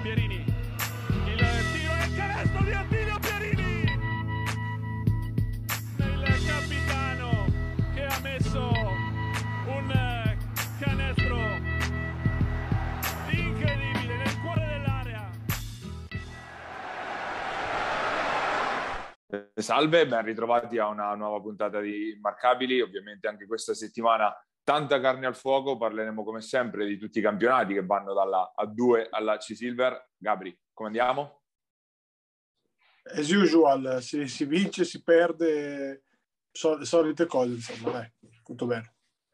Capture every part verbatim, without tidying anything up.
Pierini, il tiro e il canestro di Attilio Pierini, il capitano che ha messo un canestro incredibile nel cuore dell'area. Salve, ben ritrovati a una nuova puntata di Immarcabili. Ovviamente anche questa settimana tanta carne al fuoco, parleremo come sempre di tutti i campionati che vanno dalla A due alla C-Silver. Gabri, come andiamo? As usual, si, si vince, si perde, so, solite cose, insomma, dai, tutto bene.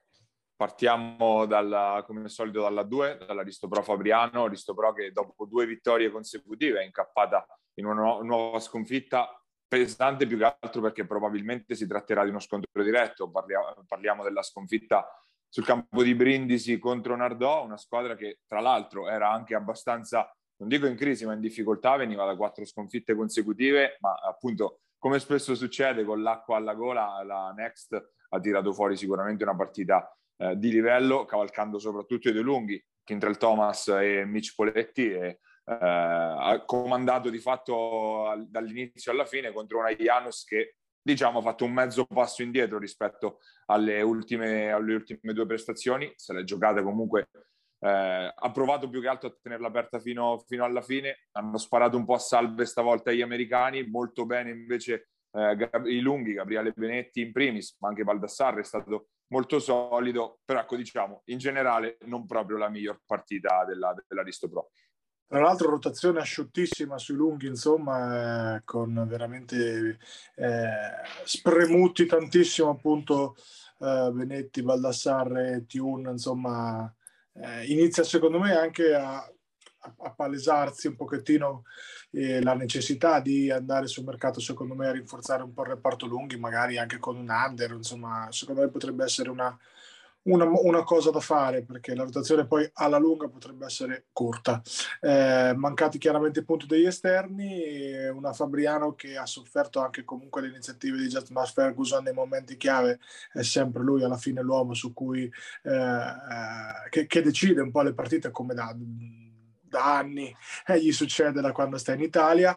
Partiamo dalla, come al solito dalla due, dall'Aristopro Fabriano, Aristopro che dopo due vittorie consecutive è incappata in una nu- nuova sconfitta pesante, più che altro perché probabilmente si tratterà di uno scontro diretto. Parliamo, parliamo della sconfitta sul campo di Brindisi contro Nardò, una squadra che tra l'altro era anche abbastanza, non dico in crisi, ma in difficoltà, veniva da quattro sconfitte consecutive, ma appunto, come spesso succede, con l'acqua alla gola, la Next ha tirato fuori sicuramente una partita eh, di livello, cavalcando soprattutto i due lunghi, Quintrell Thomas e Mitch Poletti, e eh, ha comandato di fatto al, dall'inizio alla fine contro una Janus che, diciamo, ha fatto un mezzo passo indietro rispetto alle ultime, alle ultime due prestazioni. Se l'è giocata comunque, eh, ha provato più che altro a tenerla aperta fino, fino alla fine. Hanno sparato un po' a salve stavolta gli americani, molto bene invece eh, i lunghi, Gabriele Benetti in primis, ma anche Baldassarre è stato molto solido, però ecco, diciamo, in generale non proprio la miglior partita della, dell'Aristopro. Tra l'altro rotazione asciuttissima sui lunghi, insomma, eh, con veramente eh, spremuti tantissimo, appunto, eh, Benetti, Baldassarre, Tiun, insomma, eh, inizia secondo me anche a, a, a palesarsi un pochettino eh, la necessità di andare sul mercato, secondo me, a rinforzare un po' il reparto lunghi, magari anche con un under, insomma, secondo me potrebbe essere una Una, una cosa da fare, perché la rotazione poi alla lunga potrebbe essere corta. Eh, mancati chiaramente i punti degli esterni, e una Fabriano che ha sofferto anche comunque le iniziative di Jasmine Ferguson nei momenti chiave. È sempre lui alla fine l'uomo su cui eh, che, che decide un po' le partite, come da da anni eh, gli succede da quando sta in Italia.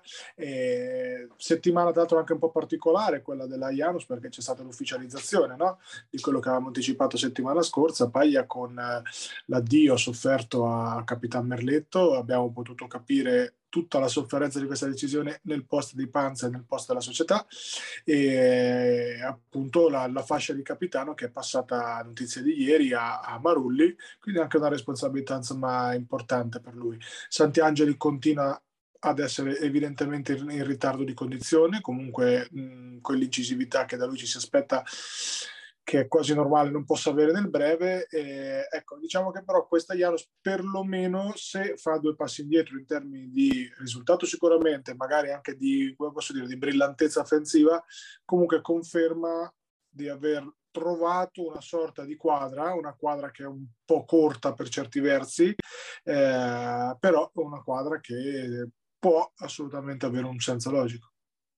E settimana tra l'altro anche un po' particolare quella della Janus, perché c'è stata l'ufficializzazione, no? Di quello che avevamo anticipato settimana scorsa. Paglia con eh, l'addio sofferto a Capitan Merletto, abbiamo potuto capire tutta la sofferenza di questa decisione nel post di Panza e nel post della società, e appunto la, la fascia di capitano che è passata, notizia di ieri, a, a Marulli, quindi anche una responsabilità insomma importante per lui. Santiangeli continua ad essere evidentemente in ritardo di condizione, comunque mh, quell'incisività che da lui ci si aspetta, che è quasi normale, non possa avere nel breve. Eh, ecco, diciamo che però questa Janus, perlomeno se fa due passi indietro in termini di risultato sicuramente, magari anche di, come posso dire, di brillantezza offensiva, comunque conferma di aver trovato una sorta di quadra, una quadra che è un po' corta per certi versi, eh, però una quadra che può assolutamente avere un senso logico.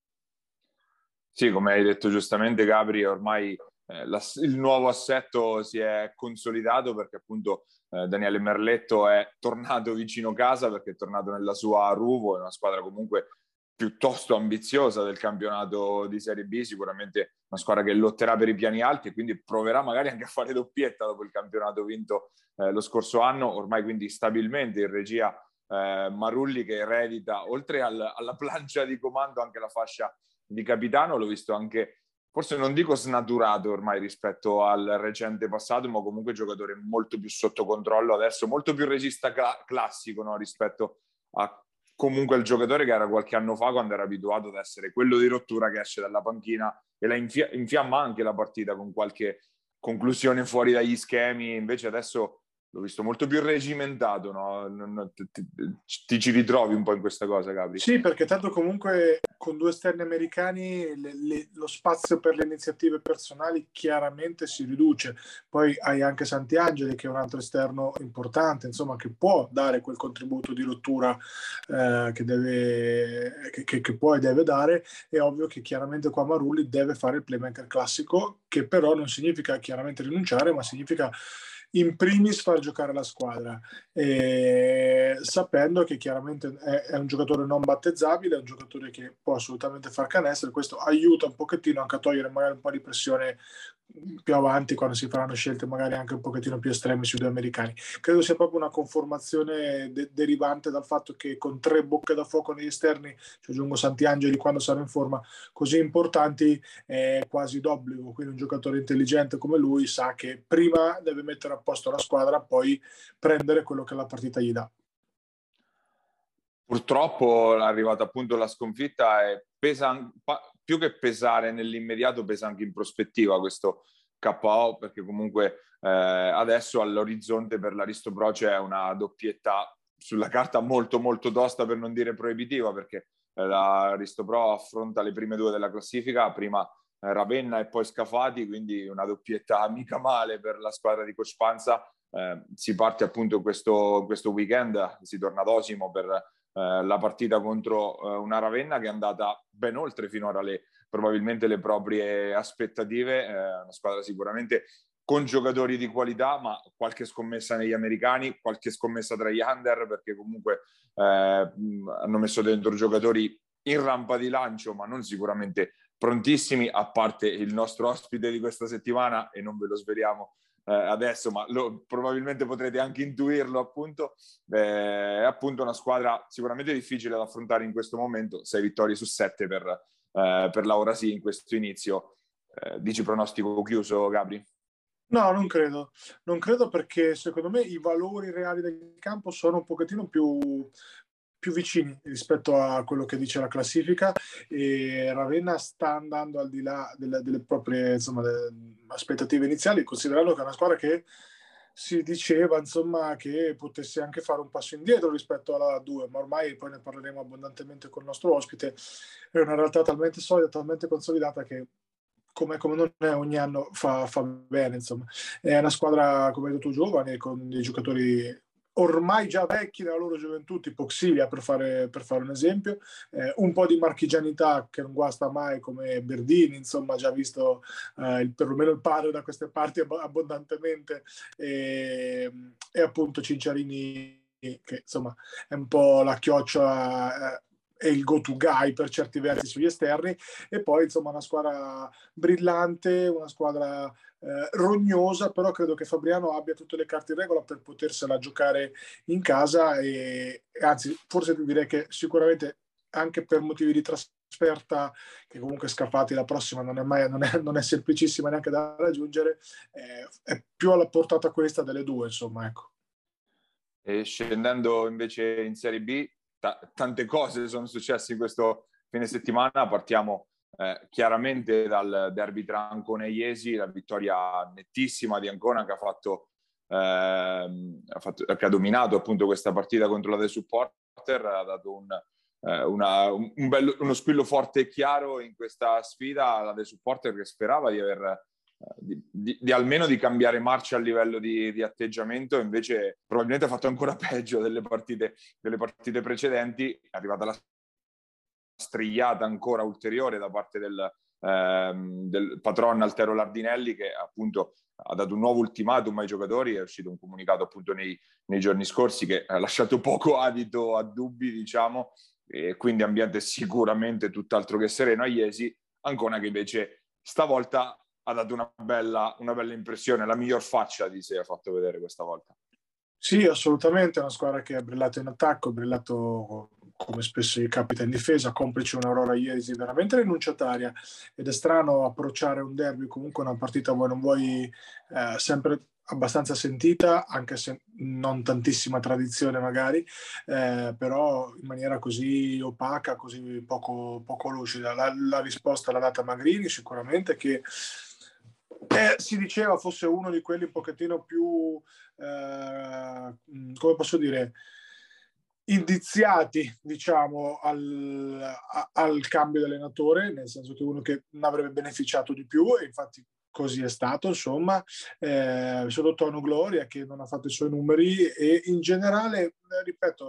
Sì, come hai detto giustamente Gabri, ormai eh, la, il nuovo assetto si è consolidato, perché appunto eh, Daniele Merletto è tornato vicino casa, perché è tornato nella sua Ruvo, è una squadra comunque piuttosto ambiziosa del campionato di Serie B, sicuramente una squadra che lotterà per i piani alti e quindi proverà magari anche a fare doppietta dopo il campionato vinto eh, lo scorso anno. Ormai quindi stabilmente in regia eh, Marulli, che eredita oltre al, alla plancia di comando anche la fascia di capitano. L'ho visto anche, forse non dico snaturato ormai rispetto al recente passato, ma comunque giocatore molto più sotto controllo adesso, molto più regista cl- classico, no? Rispetto a comunque il giocatore che era qualche anno fa, quando era abituato ad essere quello di rottura che esce dalla panchina e la infia- infiamma anche la partita con qualche conclusione fuori dagli schemi. Invece adesso l'ho visto molto più regimentato, no? Ti, ti, ti ci ritrovi un po' in questa cosa, Gabri? Sì, perché tanto comunque con due esterni americani le, le, lo spazio per le iniziative personali chiaramente si riduce. Poi hai anche Santiangeli, che è un altro esterno importante, insomma, che può dare quel contributo di rottura eh, che, deve, che, che, che può e deve dare. È ovvio che chiaramente qua Marulli deve fare il playmaker classico, che però non significa chiaramente rinunciare, ma significa in primis far giocare la squadra, e sapendo che chiaramente è, è un giocatore non battezzabile, è un giocatore che può assolutamente far canestro, e questo aiuta un pochettino anche a togliere magari un po' di pressione più avanti, quando si faranno scelte magari anche un pochettino più estreme sui due americani. Credo sia proprio una conformazione de- derivante dal fatto che con tre bocche da fuoco negli esterni, ci aggiungo Santiangeli quando sarà in forma, così importanti, è quasi d'obbligo. Quindi un giocatore intelligente come lui sa che prima deve mettere a posto la squadra, poi prendere quello che la partita gli dà. Purtroppo è arrivata appunto la sconfitta e pesa, più che pesare nell'immediato, pesa anche in prospettiva questo K O, perché comunque eh, adesso all'orizzonte per l'Aristo Pro c'è una doppietta sulla carta molto molto tosta, per non dire proibitiva, perché eh, l'Aristo Pro affronta le prime due della classifica, prima eh, Ravenna e poi Scafati, quindi una doppietta mica male per la squadra di Coach Panza. Eh, si parte appunto questo, questo weekend, si torna ad Osimo per eh, la partita contro eh, una Ravenna che è andata ben oltre finora le, probabilmente le proprie aspettative, eh, una squadra sicuramente con giocatori di qualità, ma qualche scommessa negli americani, qualche scommessa tra gli under, perché comunque eh, hanno messo dentro giocatori in rampa di lancio, ma non sicuramente prontissimi, a parte il nostro ospite di questa settimana, e non ve lo sveliamo eh, adesso, ma lo, probabilmente potrete anche intuirlo, appunto. Eh, è appunto una squadra sicuramente difficile da affrontare in questo momento, sei vittorie su sette per, eh, per Laura Sì in questo inizio. Eh, dici pronostico chiuso, Gabri? No, non credo. Non credo, perché secondo me i valori reali del campo sono un pochettino più, più vicini rispetto a quello che dice la classifica, e Ravenna sta andando al di là delle, delle proprie, insomma, delle aspettative iniziali, considerando che è una squadra che si diceva, insomma, che potesse anche fare un passo indietro rispetto alla due, ma ormai poi ne parleremo abbondantemente con il nostro ospite. È una realtà talmente solida, talmente consolidata che come, come non è, ogni anno fa, fa bene, insomma. È una squadra, come hai detto tu, giovane, con dei giocatori ormai già vecchi nella loro gioventù, tipo Xilia, per fare, per fare un esempio, eh, un po' di marchigianità che non guasta mai, come Berdini, insomma, già visto eh, il, perlomeno il padre da queste parti ab- abbondantemente, e, e appunto Cinciarini, che insomma è un po' la chiocciola eh, e il go-to guy per certi versi sugli esterni, e poi insomma una squadra brillante, una squadra eh, rognosa, però credo che Fabriano abbia tutte le carte in regola per potersela giocare in casa, e, e anzi forse ti direi che sicuramente anche per motivi di trasferta, che comunque Scafati la prossima non è, mai, non è, non è semplicissima neanche da raggiungere, eh, è più alla portata questa delle due, insomma, ecco. E scendendo invece in Serie B, t- tante cose sono successe in questo fine settimana. Partiamo eh, chiaramente dal derby tra Ancona e Iesi, la vittoria nettissima di Ancona che ha fatto, eh, ha, fatto che ha dominato appunto questa partita contro la The Supporter, ha dato un, eh, una, un, un bello, uno squillo forte e chiaro in questa sfida. La The Supporter che sperava di aver Di, di, di almeno di cambiare marcia a livello di, di atteggiamento, invece probabilmente ha fatto ancora peggio delle partite, delle partite precedenti. È arrivata la strigliata ancora ulteriore da parte del, ehm, del patron Altero Lardinelli, che appunto ha dato un nuovo ultimatum ai giocatori. È uscito un comunicato appunto nei, nei giorni scorsi che ha lasciato poco adito a dubbi, diciamo, e quindi ambiente sicuramente tutt'altro che sereno a Iesi. Ancona che invece stavolta ha dato una bella, una bella impressione, la miglior faccia di sé ha fatto vedere questa volta. Sì, assolutamente, è una squadra che ha brillato in attacco, ha brillato come spesso gli capita in difesa, complice un'Aurora Iesi veramente rinunciataria, ed è strano approcciare un derby, comunque una partita vuoi non vuoi eh, sempre abbastanza sentita, anche se non tantissima tradizione magari, eh, però in maniera così opaca, così poco, poco lucida. La, la risposta l'ha data Magrini sicuramente, che eh, si diceva fosse uno di quelli un pochettino più, eh, come posso dire, indiziati, diciamo, al, a, al cambio di allenatore, nel senso che uno che ne avrebbe beneficiato di più, e infatti così è stato, insomma, eh, soprattutto Tonu Gloria, che non ha fatto i suoi numeri, e in generale, ripeto,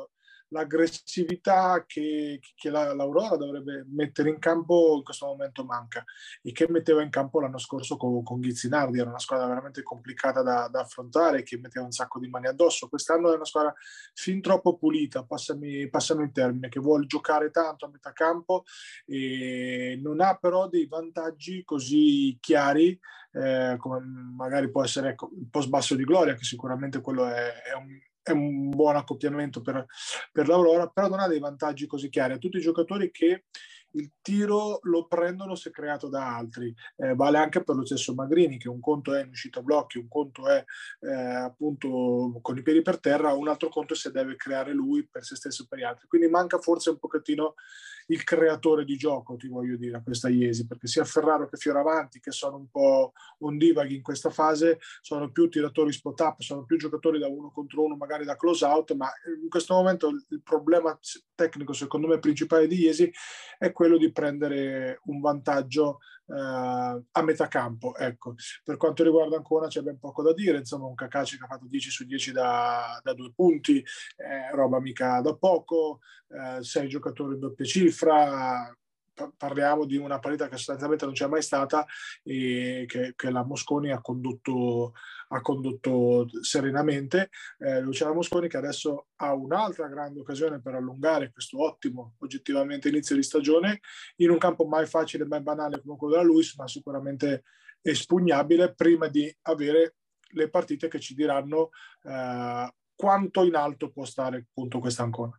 l'aggressività che, che la, l'Aurora dovrebbe mettere in campo in questo momento manca, e che metteva in campo l'anno scorso con, con Ghizzinardi. Era una squadra veramente complicata da, da affrontare, che metteva un sacco di mani addosso. Quest'anno è una squadra fin troppo pulita, passami, passami il termine, che vuole giocare tanto a metà campo e non ha però dei vantaggi così chiari, eh, come magari può essere, ecco, il post basso di Gloria, che sicuramente quello è, è un è un buon accoppiamento per, per l'Aurora, però non ha dei vantaggi così chiari. A tutti i giocatori che il tiro lo prendono se creato da altri. Eh, vale anche per lo stesso Magrini, che un conto è in uscita blocchi, un conto è eh, appunto con i piedi per terra, un altro conto è se deve creare lui per se stesso e per gli altri. Quindi manca forse un pochettino il creatore di gioco, ti voglio dire, a questa Iesi, perché sia Ferraro che Fioravanti, che sono un po' ondivaghi in questa fase, sono più tiratori spot up, sono più giocatori da uno contro uno, magari da close out, ma in questo momento il problema tecnico, secondo me, principale di Iesi è quello di prendere un vantaggio eh, a metà campo. Ecco. Per quanto riguarda Ancona c'è ben poco da dire, insomma un Cacaci che ha fatto dieci su dieci da, da due punti, eh, roba mica da poco, eh, sei giocatori in doppia cifra, parliamo di una partita che sostanzialmente non c'è mai stata e che, che la Mosconi ha condotto, ha condotto serenamente. Eh, Luciana Mosconi, che adesso ha un'altra grande occasione per allungare questo ottimo oggettivamente inizio di stagione in un campo mai facile, mai banale come quello della Luis, ma sicuramente espugnabile, prima di avere le partite che ci diranno eh, quanto in alto può stare appunto questa Ancona.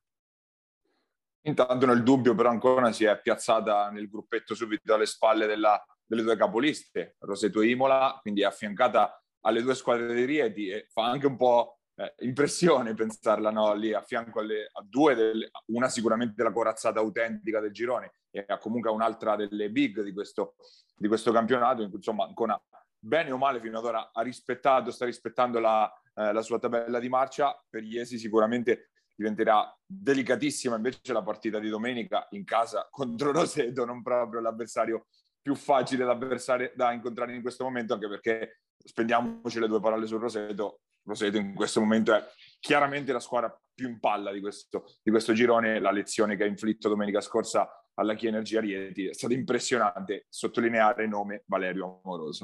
Intanto nel dubbio però Ancona si è piazzata nel gruppetto subito alle spalle della, delle due capoliste, Roseto e Imola, quindi è affiancata alle due squadre di Rieti e fa anche un po' eh, impressione pensarla, no? Lì a fianco alle, a due, delle, una sicuramente la corazzata autentica del girone e a comunque un'altra delle big di questo, di questo campionato, in cui insomma Ancona bene o male fino ad ora ha rispettato, sta rispettando la, eh, la sua tabella di marcia. Per Iesi sicuramente diventerà delicatissima invece la partita di domenica in casa contro Roseto, non proprio l'avversario più facile da, da incontrare in questo momento, anche perché spendiamoci le due parole su Roseto. Roseto in questo momento è chiaramente la squadra più in palla di questo, di questo girone. La lezione che ha inflitto domenica scorsa alla Chi Energia Rieti è stato impressionante, sottolineare il nome Valerio Amoroso.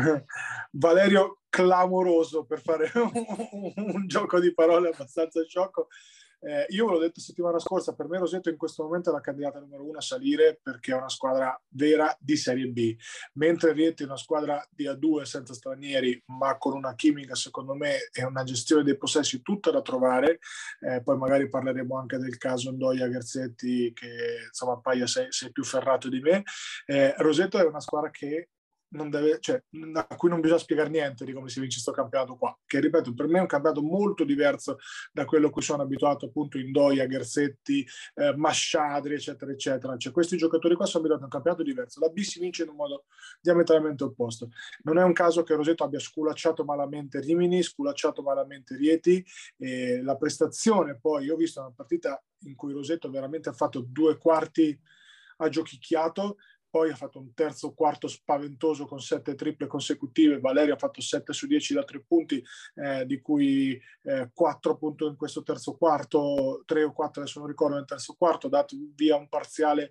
Valerio Clamoroso, per fare un, un gioco di parole abbastanza sciocco. Eh, io ve l'ho detto settimana scorsa, per me Roseto in questo momento è la candidata numero uno a salire, perché è una squadra vera di Serie B, mentre Rieti è una squadra di A due senza stranieri, ma con una chimica secondo me e una gestione dei possessi tutta da trovare. Eh, poi magari parleremo anche del caso Ndoia Gerzetti, che insomma Paia sei, sei più ferrato di me. Eh, Roseto è una squadra che non deve, cioè, a cui non bisogna spiegare niente di come si vince questo campionato qua, che ripeto per me è un campionato molto diverso da quello a cui sono abituato appunto Ndoia, Gerzetti, eh, Masciadri eccetera eccetera. Cioè, questi giocatori qua sono abituati a un campionato diverso. La B si vince in un modo diametralmente opposto. Non è un caso che Roseto abbia sculacciato malamente Rimini, sculacciato malamente Rieti, e la prestazione poi, io ho visto una partita in cui Roseto veramente ha fatto due quarti a giochicchiato, poi ha fatto un terzo quarto spaventoso con sette triple consecutive. Valerio ha fatto sette su dieci da tre punti, eh, di cui eh, quattro punti in questo terzo quarto, tre o quattro adesso non ricordo nel terzo quarto, ha dato via un parziale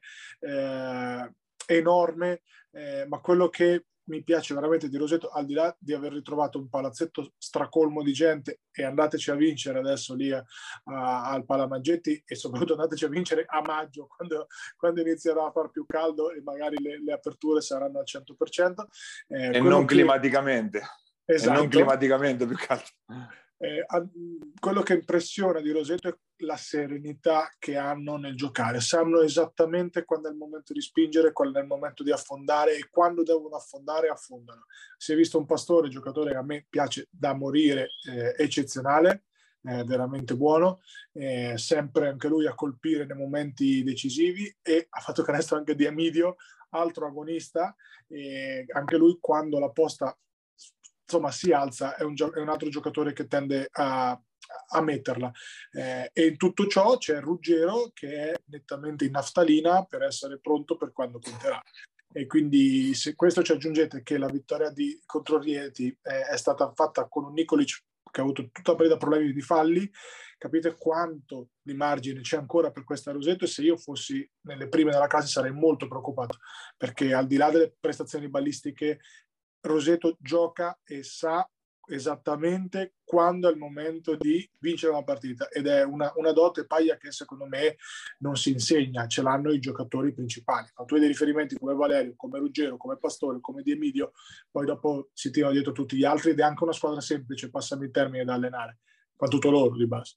eh, enorme, eh, ma quello che mi piace veramente di Roseto, al di là di aver ritrovato un palazzetto stracolmo di gente, e andateci a vincere adesso lì a, a, al Palamaggetti, e soprattutto andateci a vincere a maggio, quando, quando inizierà a far più caldo e magari le, le aperture saranno al cento per cento. Eh, e non che... climaticamente. Esatto. E non climaticamente più caldo. Eh, quello che impressiona di Roseto è la serenità che hanno nel giocare, sanno esattamente quando è il momento di spingere, quando è il momento di affondare, e quando devono affondare affondano. Si è visto un Pastore, giocatore che a me piace da morire, eh, eccezionale, eh, veramente buono, eh, sempre anche lui a colpire nei momenti decisivi, e ha fatto canestro anche di Amidio, altro agonista, e anche lui quando la posta insomma si alza, è un, gio- è un altro giocatore che tende a, a metterla, eh, e in tutto ciò c'è Ruggero che è nettamente in naftalina per essere pronto per quando conterà. E quindi se questo ci aggiungete che la vittoria di contro Rieti eh, è stata fatta con un Nikolic che ha avuto tutta la partita problemi di falli, capite quanto di margine c'è ancora per questa Roseto, e se io fossi nelle prime della classe sarei molto preoccupato, perché al di là delle prestazioni ballistiche Roseto gioca e sa esattamente quando è il momento di vincere una partita, ed è una, una dote Paglia che secondo me non si insegna, ce l'hanno i giocatori principali. Quando tu hai dei riferimenti come Valerio, come Ruggero, come Pastore, come Di Emidio, poi dopo si tirano dietro tutti gli altri, ed è anche una squadra semplice, passami il termine, da allenare, fa tutto loro di base.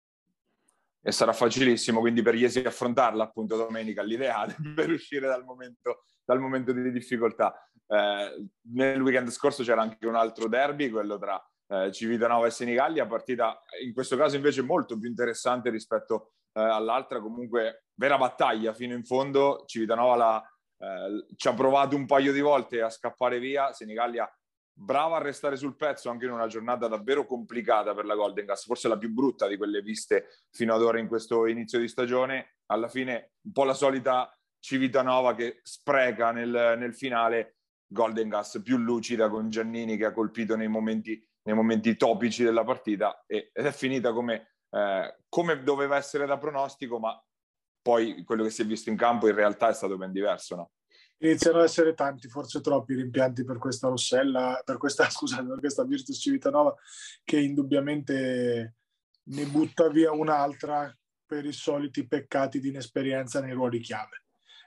E sarà facilissimo quindi per Iesi affrontarla appunto domenica, l'ideale per uscire dal momento, dal momento di difficoltà. Eh, nel weekend scorso c'era anche un altro derby, quello tra eh, Civitanova e Senigallia, partita in questo caso invece molto più interessante rispetto eh, all'altra, comunque vera battaglia fino in fondo. Civitanova la, eh, ci ha provato un paio di volte a scappare via, Senigallia brava a restare sul pezzo anche in una giornata davvero complicata per la Golden Gas, forse la più brutta di quelle viste fino ad ora in questo inizio di stagione. Alla fine un po' la solita Civitanova che spreca nel, nel finale, Golden Gas più lucida con Giannini che ha colpito nei momenti, nei momenti topici della partita, e, ed è finita come, eh, come doveva essere da pronostico, ma poi quello che si è visto in campo in realtà è stato ben diverso, no? Iniziano ad essere tanti, forse troppi rimpianti per questa Rossella, per questa, scusate, per questa Virtus Civitanova, che indubbiamente ne butta via un'altra per i soliti peccati di inesperienza nei ruoli chiave,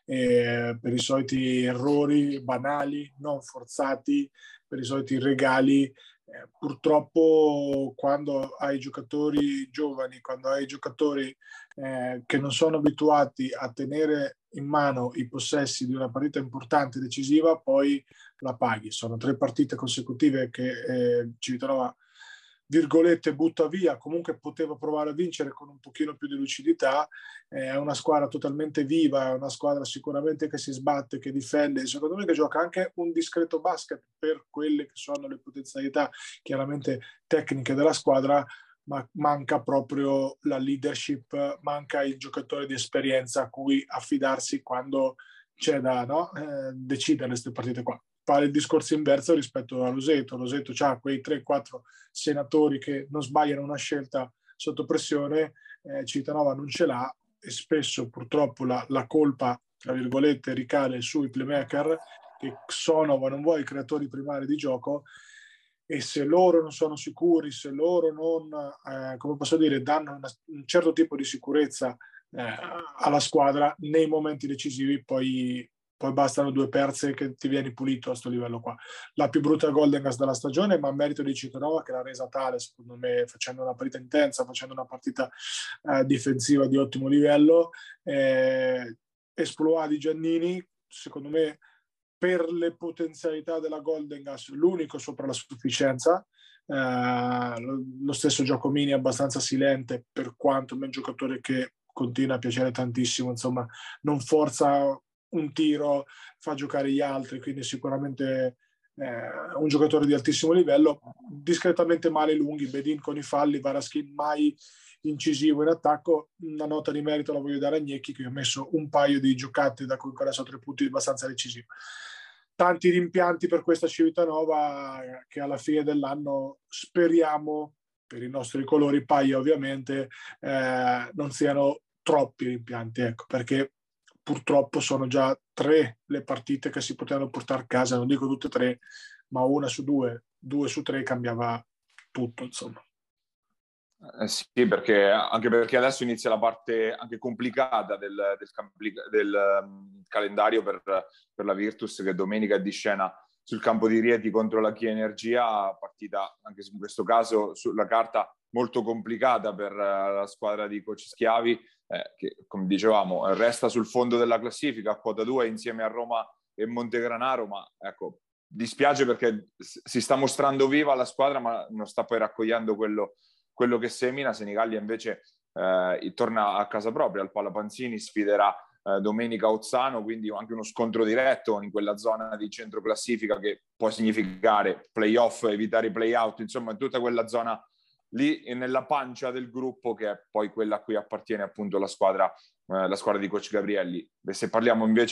e per i soliti errori banali, non forzati, per i soliti regali. Eh, purtroppo quando hai giocatori giovani, quando hai giocatori eh, che non sono abituati a tenere in mano i possessi di una partita importante e decisiva, poi la paghi. Sono tre partite consecutive che eh, Civitanova, virgolette, butta via, comunque poteva provare a vincere con un pochino più di lucidità. È una squadra totalmente viva, è una squadra sicuramente che si sbatte, che difende, secondo me che gioca anche un discreto basket per quelle che sono le potenzialità chiaramente tecniche della squadra, ma manca proprio la leadership, manca il giocatore di esperienza a cui affidarsi quando c'è da, no, eh, decidere queste partite qua. Fare il discorso inverso rispetto a Roseto. Roseto ha quei tre quattro senatori che non sbagliano una scelta sotto pressione, eh, Civitanova non ce l'ha, e spesso purtroppo la, la colpa, tra virgolette, ricade sui playmaker, che sono, ma non vuoi, i creatori primari di gioco, e se loro non sono sicuri, se loro non, eh, come posso dire, danno una, un certo tipo di sicurezza eh, alla squadra nei momenti decisivi, poi, poi bastano due perse che ti vieni pulito a sto livello qua. La più brutta Golden Gas della stagione, ma a merito di Civitanova che l'ha resa tale, secondo me, facendo una partita intensa, facendo una partita eh, difensiva di ottimo livello. Eh, esploit di Giannini, secondo me, per le potenzialità della Golden Gas, l'unico sopra la sufficienza. Eh, lo, lo stesso Giacomini è abbastanza silente, per quanto è un giocatore che continua a piacere tantissimo, insomma, non forza un tiro, fa giocare gli altri, quindi sicuramente eh, un giocatore di altissimo livello. Discretamente male Lunghi, Bedin con i falli, Varaskin mai incisivo in attacco. Una nota di merito la voglio dare a Gnecchi, che ha messo un paio di giocate da cui adesso tre punti abbastanza decisivi. Tanti rimpianti per questa Civitanova che alla fine dell'anno speriamo, per i nostri colori Paglia ovviamente, eh, non siano troppi rimpianti, ecco, perché purtroppo sono già tre le partite che si potevano portare a casa, non dico tutte e tre, ma una su due, due su tre cambiava tutto, insomma. Eh sì, perché, anche perché adesso inizia la parte anche complicata del, del, del um, calendario per, per la Virtus, che domenica è di scena sul campo di Rieti contro la Chi Energia, partita anche in questo caso sulla carta molto complicata per uh, la squadra di coach Schiavi, eh, che come dicevamo resta sul fondo della classifica a quota due insieme a Roma e Montegranaro, ma ecco, dispiace perché si sta mostrando viva la squadra, ma non sta poi raccogliendo quello quello che semina. Senigallia invece eh, torna a casa propria al Pala Panzini, sfiderà eh, domenica Ozzano, quindi anche uno scontro diretto in quella zona di centro classifica che può significare playoff, evitare i playout, insomma in tutta quella zona lì e nella pancia del gruppo, che è poi quella a cui appartiene appunto la squadra, eh, la squadra di coach Gabrielli. E se parliamo invece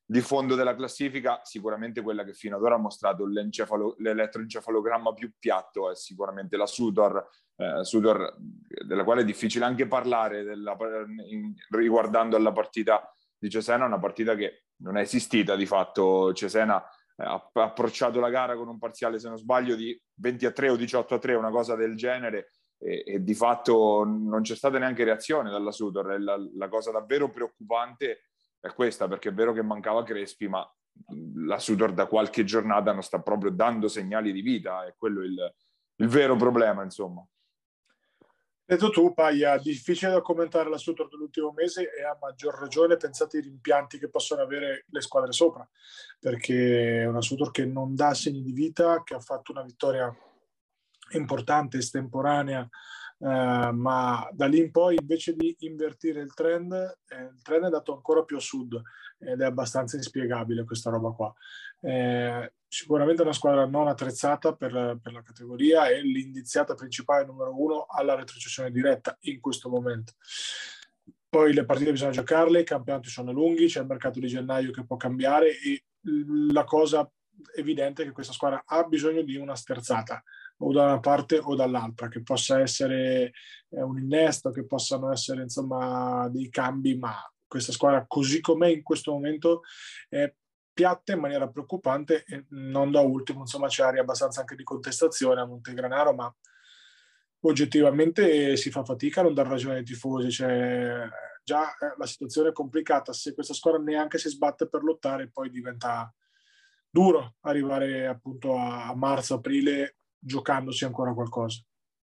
di fondo della classifica, sicuramente quella che fino ad ora ha mostrato l'elettroencefalogramma più piatto è sicuramente la Sutor, eh, Sutor della quale è difficile anche parlare della, in, riguardando alla partita di Cesena, una partita che non è esistita di fatto. Cesena eh, ha approcciato la gara con un parziale, se non sbaglio, di venti a tre o diciotto a tre, una cosa del genere, e, e di fatto non c'è stata neanche reazione dalla Sutor. La, la cosa davvero preoccupante è questa, perché è vero che mancava Crespi, ma la Sutor da qualche giornata non sta proprio dando segnali di vita, è quello il, il vero problema, insomma. Detto tu, Paia, difficile da commentare la Sutor dell'ultimo mese, e a maggior ragione pensate ai rimpianti che possono avere le squadre sopra, perché è una Sutor che non dà segni di vita, che ha fatto una vittoria importante, estemporanea, Uh, ma da lì in poi, invece di invertire il trend, eh, il trend è andato ancora più a sud, ed è abbastanza inspiegabile questa roba qua. Eh, sicuramente è una squadra non attrezzata per, per la categoria, e l'indiziata principale numero uno alla retrocessione diretta in questo momento. Poi le partite bisogna giocarle, i campionati sono lunghi, c'è il mercato di gennaio che può cambiare, e la cosa evidente è che questa squadra ha bisogno di una sterzata, o da una parte o dall'altra, che possa essere eh, un innesto, che possano essere insomma dei cambi, ma questa squadra così com'è in questo momento è piatta in maniera preoccupante, e non da ultimo insomma c'è aria abbastanza anche di contestazione a Montegranaro, ma oggettivamente si fa fatica a non dar ragione ai tifosi. Cioè, già eh, la situazione è complicata, se questa squadra neanche si sbatte per lottare, poi diventa duro arrivare appunto a marzo-aprile giocandosi ancora qualcosa.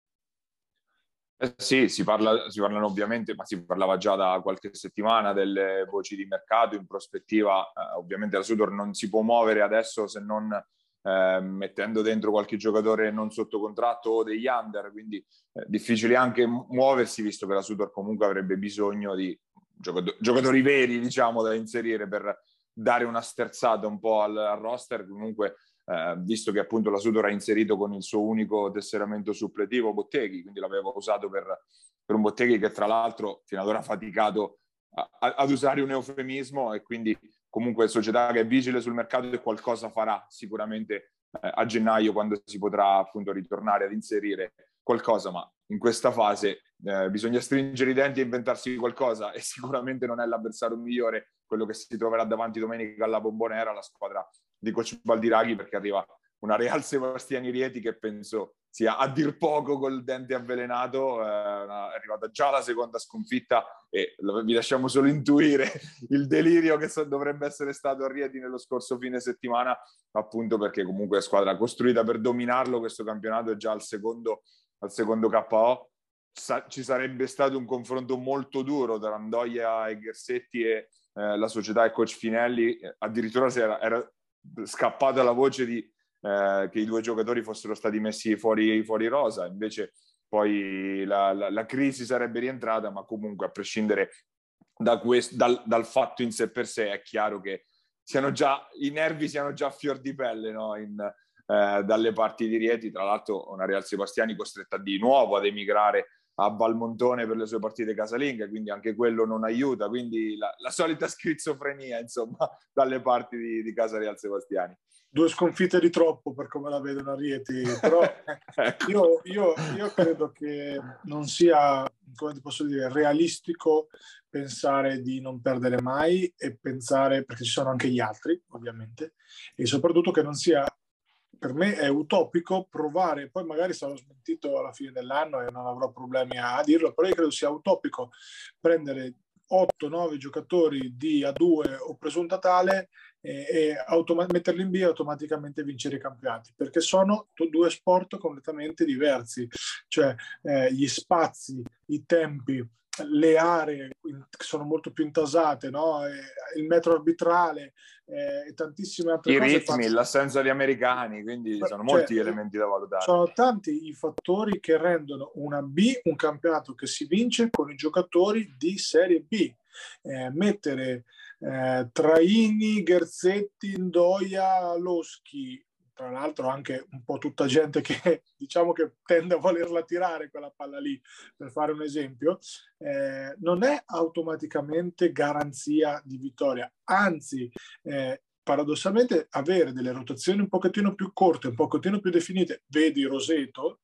Eh sì, si, parla, si parlano ovviamente, ma si parlava già da qualche settimana delle voci di mercato in prospettiva. Eh, ovviamente la Sutor non si può muovere adesso se non eh, mettendo dentro qualche giocatore non sotto contratto o degli under, quindi è eh, difficile anche muoversi, visto che la Sutor comunque avrebbe bisogno di giocatori, giocatori veri, diciamo, da inserire per dare una sterzata un po' al, al roster. Comunque Eh, visto che appunto la Sutor ha inserito con il suo unico tesseramento suppletivo Botteghi, quindi l'aveva usato per, per un Botteghi che tra l'altro fino ad ora ha faticato a, a, ad usare un eufemismo, e quindi comunque società che è vigile sul mercato e qualcosa farà sicuramente eh, a gennaio, quando si potrà appunto ritornare ad inserire qualcosa, ma in questa fase eh, bisogna stringere i denti e inventarsi qualcosa, e sicuramente non è l'avversario migliore quello che si troverà davanti domenica alla Bombonera, la squadra di coach Baldiraghi, perché arriva una Real Sebastiani Rieti che penso sia a dir poco col dente avvelenato, eh, è arrivata già la seconda sconfitta, e vi lasciamo solo intuire il delirio che so, dovrebbe essere stato a Rieti nello scorso fine settimana, appunto perché comunque è squadra costruita per dominarlo. Questo campionato è già al secondo, al secondo K O. Sa- ci sarebbe stato un confronto molto duro tra Andoia e Ghersetti e eh, la società e coach Finelli, addirittura si era, era scappata la voce di, eh, che i due giocatori fossero stati messi fuori, fuori rosa, invece poi la, la, la crisi sarebbe rientrata, ma comunque a prescindere da questo, dal, dal fatto in sé per sé è chiaro che siano già, i nervi siano già a fior di pelle, no? in, eh, dalle parti di Rieti. Tra l'altro una Real Sebastiani costretta di nuovo ad emigrare a Valmontone per le sue partite casalinghe, quindi anche quello non aiuta, quindi la, la solita schizofrenia insomma dalle parti di, di Casa Real Sebastiani. Due sconfitte di troppo per come la vedono a Rieti, però ecco. io, io, io credo che non sia, come ti posso dire, realistico pensare di non perdere mai, e pensare, perché ci sono anche gli altri ovviamente, e soprattutto che non sia, per me è utopico provare, poi magari sarò smentito alla fine dell'anno e non avrò problemi a dirlo, però io credo sia utopico prendere otto nove giocatori di A due o presunta tale e, e automa- metterli in B e automaticamente vincere i campionati, perché sono due sport completamente diversi, cioè eh, gli spazi, i tempi, le aree sono molto più intasate, no? Il metro arbitrale eh, e tantissime altre I cose. ritmi, fanno... l'assenza di americani, quindi sono cioè, molti elementi da valutare. Sono tanti i fattori che rendono una B un campionato che si vince con i giocatori di Serie B. Eh, mettere eh, Traini, Gherzetti, Ndoia, Loschi, tra l'altro anche un po' tutta gente che diciamo che tende a volerla tirare quella palla lì, per fare un esempio, eh, non è automaticamente garanzia di vittoria, anzi eh, paradossalmente avere delle rotazioni un pochettino più corte, un pochettino più definite, vedi Roseto,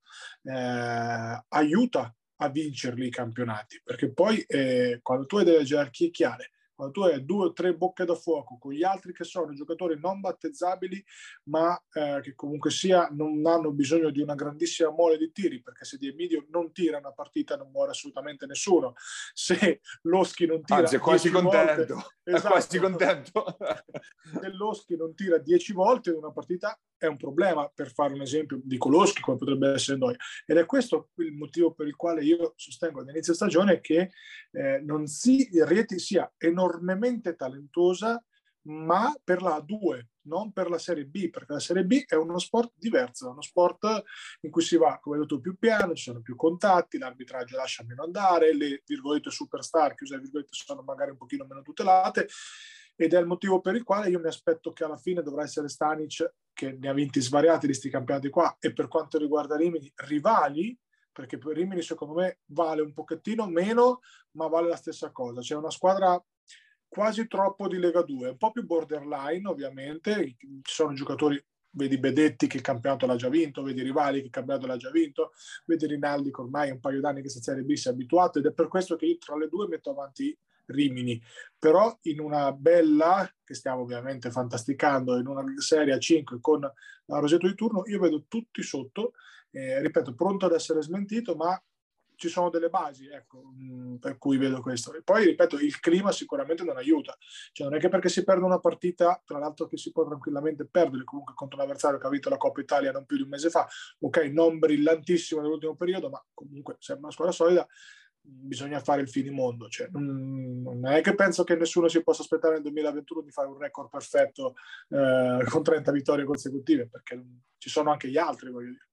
eh, aiuta a vincerli i campionati, perché poi eh, quando tu hai delle gerarchie chiare, quando tu hai due o tre bocche da fuoco con gli altri che sono giocatori non battezzabili, ma eh, che comunque sia non hanno bisogno di una grandissima mole di tiri, perché se Di Emidio non tira una partita non muore assolutamente nessuno, se Loschi non tira anzi è quasi contento volte, è esatto, quasi contento se Loschi non tira dieci volte in una partita è un problema, per fare un esempio di Loschi come potrebbe essere Ndoye, ed è questo il motivo per il quale io sostengo all'inizio stagione che eh, non si, Rieti sia enormemente talentosa, ma per la A due, non per la Serie B, perché la Serie B è uno sport diverso, uno sport in cui si va, come hai detto, più piano, ci sono più contatti, l'arbitraggio lascia meno andare, le virgolette superstar, chiuse virgolette, sono magari un pochino meno tutelate, ed è il motivo per il quale io mi aspetto che alla fine dovrà essere Stanic, che ne ha vinti svariati di questi campionati qua, e per quanto riguarda Rimini, rivali, perché per Rimini secondo me vale un pochettino meno, ma vale la stessa cosa. C'è una squadra quasi troppo di Lega due, un po' più borderline ovviamente, ci sono giocatori, vedi Bedetti che il campionato l'ha già vinto, vedi Rivali che il campionato l'ha già vinto, vedi Rinaldi che ormai è un paio d'anni che sta Serie B si è abituato, ed è per questo che io tra le due metto avanti Rimini, però in una bella, che stiamo ovviamente fantasticando, in una serie a cinque con la Roseto di turno, io vedo tutti sotto, eh, ripeto, pronto ad essere smentito, ma ci sono delle basi, ecco, mh, per cui vedo questo. E poi, ripeto, il clima sicuramente non aiuta. Cioè, non è che perché si perde una partita, tra l'altro che si può tranquillamente perdere, comunque contro un avversario che ha vinto la Coppa Italia non più di un mese fa, ok, non brillantissimo nell'ultimo periodo, ma comunque sembra una squadra solida, bisogna fare il finimondo. Cioè, non, non è che penso che nessuno si possa aspettare nel duemilaventuno di fare un record perfetto eh, con trenta vittorie consecutive, perché ci sono anche gli altri, voglio dire.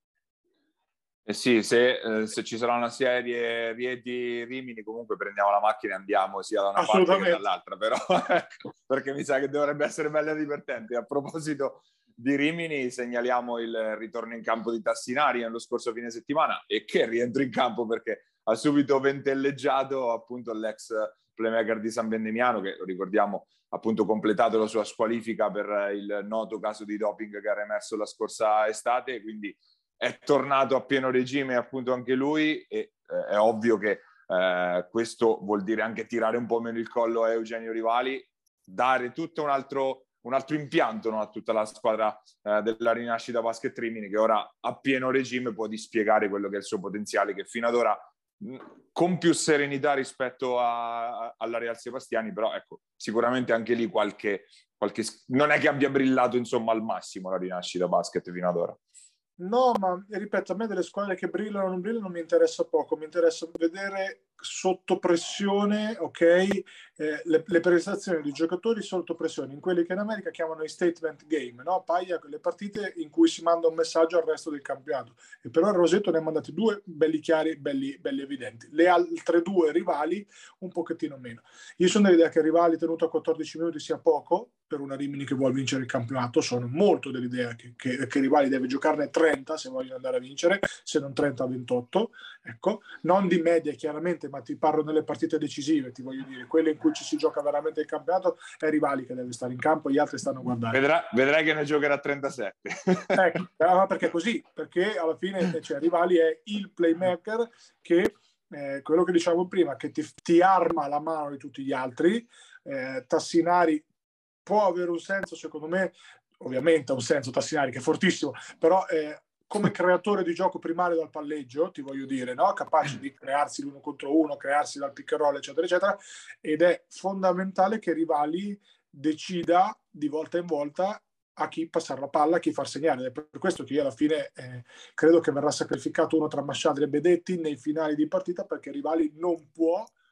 Eh sì, se, eh, se ci sarà una serie Rieti-Rimini comunque prendiamo la macchina e andiamo sia da una parte che dall'altra, però ecco, perché mi sa che dovrebbe essere bella e divertente. A proposito di Rimini, segnaliamo il ritorno in campo di Tassinari nello scorso fine settimana, e che rientro in campo perché ha subito ventelleggiato appunto l'ex playmaker di San Vendemiano, che ricordiamo appunto completato la sua squalifica per il noto caso di doping che era emerso la scorsa estate, quindi è tornato a pieno regime appunto anche lui, e eh, è ovvio che eh, questo vuol dire anche tirare un po' meno il collo a Eugenio Rivali, dare tutto un altro, un altro impianto, no, a tutta la squadra eh, della Rinascita Basket Rimini, che ora a pieno regime può dispiegare quello che è il suo potenziale, che fino ad ora mh, con più serenità rispetto a, a, alla Real Sebastiani, però ecco, sicuramente anche lì qualche, qualche non è che abbia brillato insomma al massimo la Rinascita Basket fino ad ora. No, ma ripeto, a me delle squadre che brillano o non brillano non mi interessa poco, mi interessa vedere sotto pressione, ok, eh, le, le prestazioni di giocatori sotto pressione, in quelli che in America chiamano i statement game, no? Paia, le partite in cui si manda un messaggio al resto del campionato, e però il Roseto ne ha mandati due belli chiari, belli, belli evidenti, le altre due rivali un pochettino meno. Io sono dell'idea che Rivali tenuto a quattordici minuti sia poco per una Rimini che vuole vincere il campionato, sono molto dell'idea che, che, che Rivali deve giocarne trenta se vogliono andare a vincere, se non trenta a ventotto, ecco, non di media chiaramente, ma ti parlo nelle partite decisive, ti voglio dire, quelle in cui ci si gioca veramente il campionato, è Rivali che deve stare in campo, gli altri stanno a guardare. Vedrà, vedrai che ne giocherà trentasette. Ecco, perché è così, perché alla fine cioè, Rivali è il playmaker che, eh, quello che diciamo prima, che ti, ti arma la mano di tutti gli altri. eh, Tassinari può avere un senso, secondo me, ovviamente ha un senso Tassinari che è fortissimo, però eh, come creatore di gioco primario dal palleggio, ti voglio dire, no? Capace di crearsi l'uno contro uno, crearsi dal pick and roll, eccetera, eccetera, ed è fondamentale che Rivali decida di volta in volta a chi passare la palla, a chi far segnare. È per questo che io alla fine eh, credo che verrà sacrificato uno tra Masciadri e Bedetti nei finali di partita, perché Rivali non può non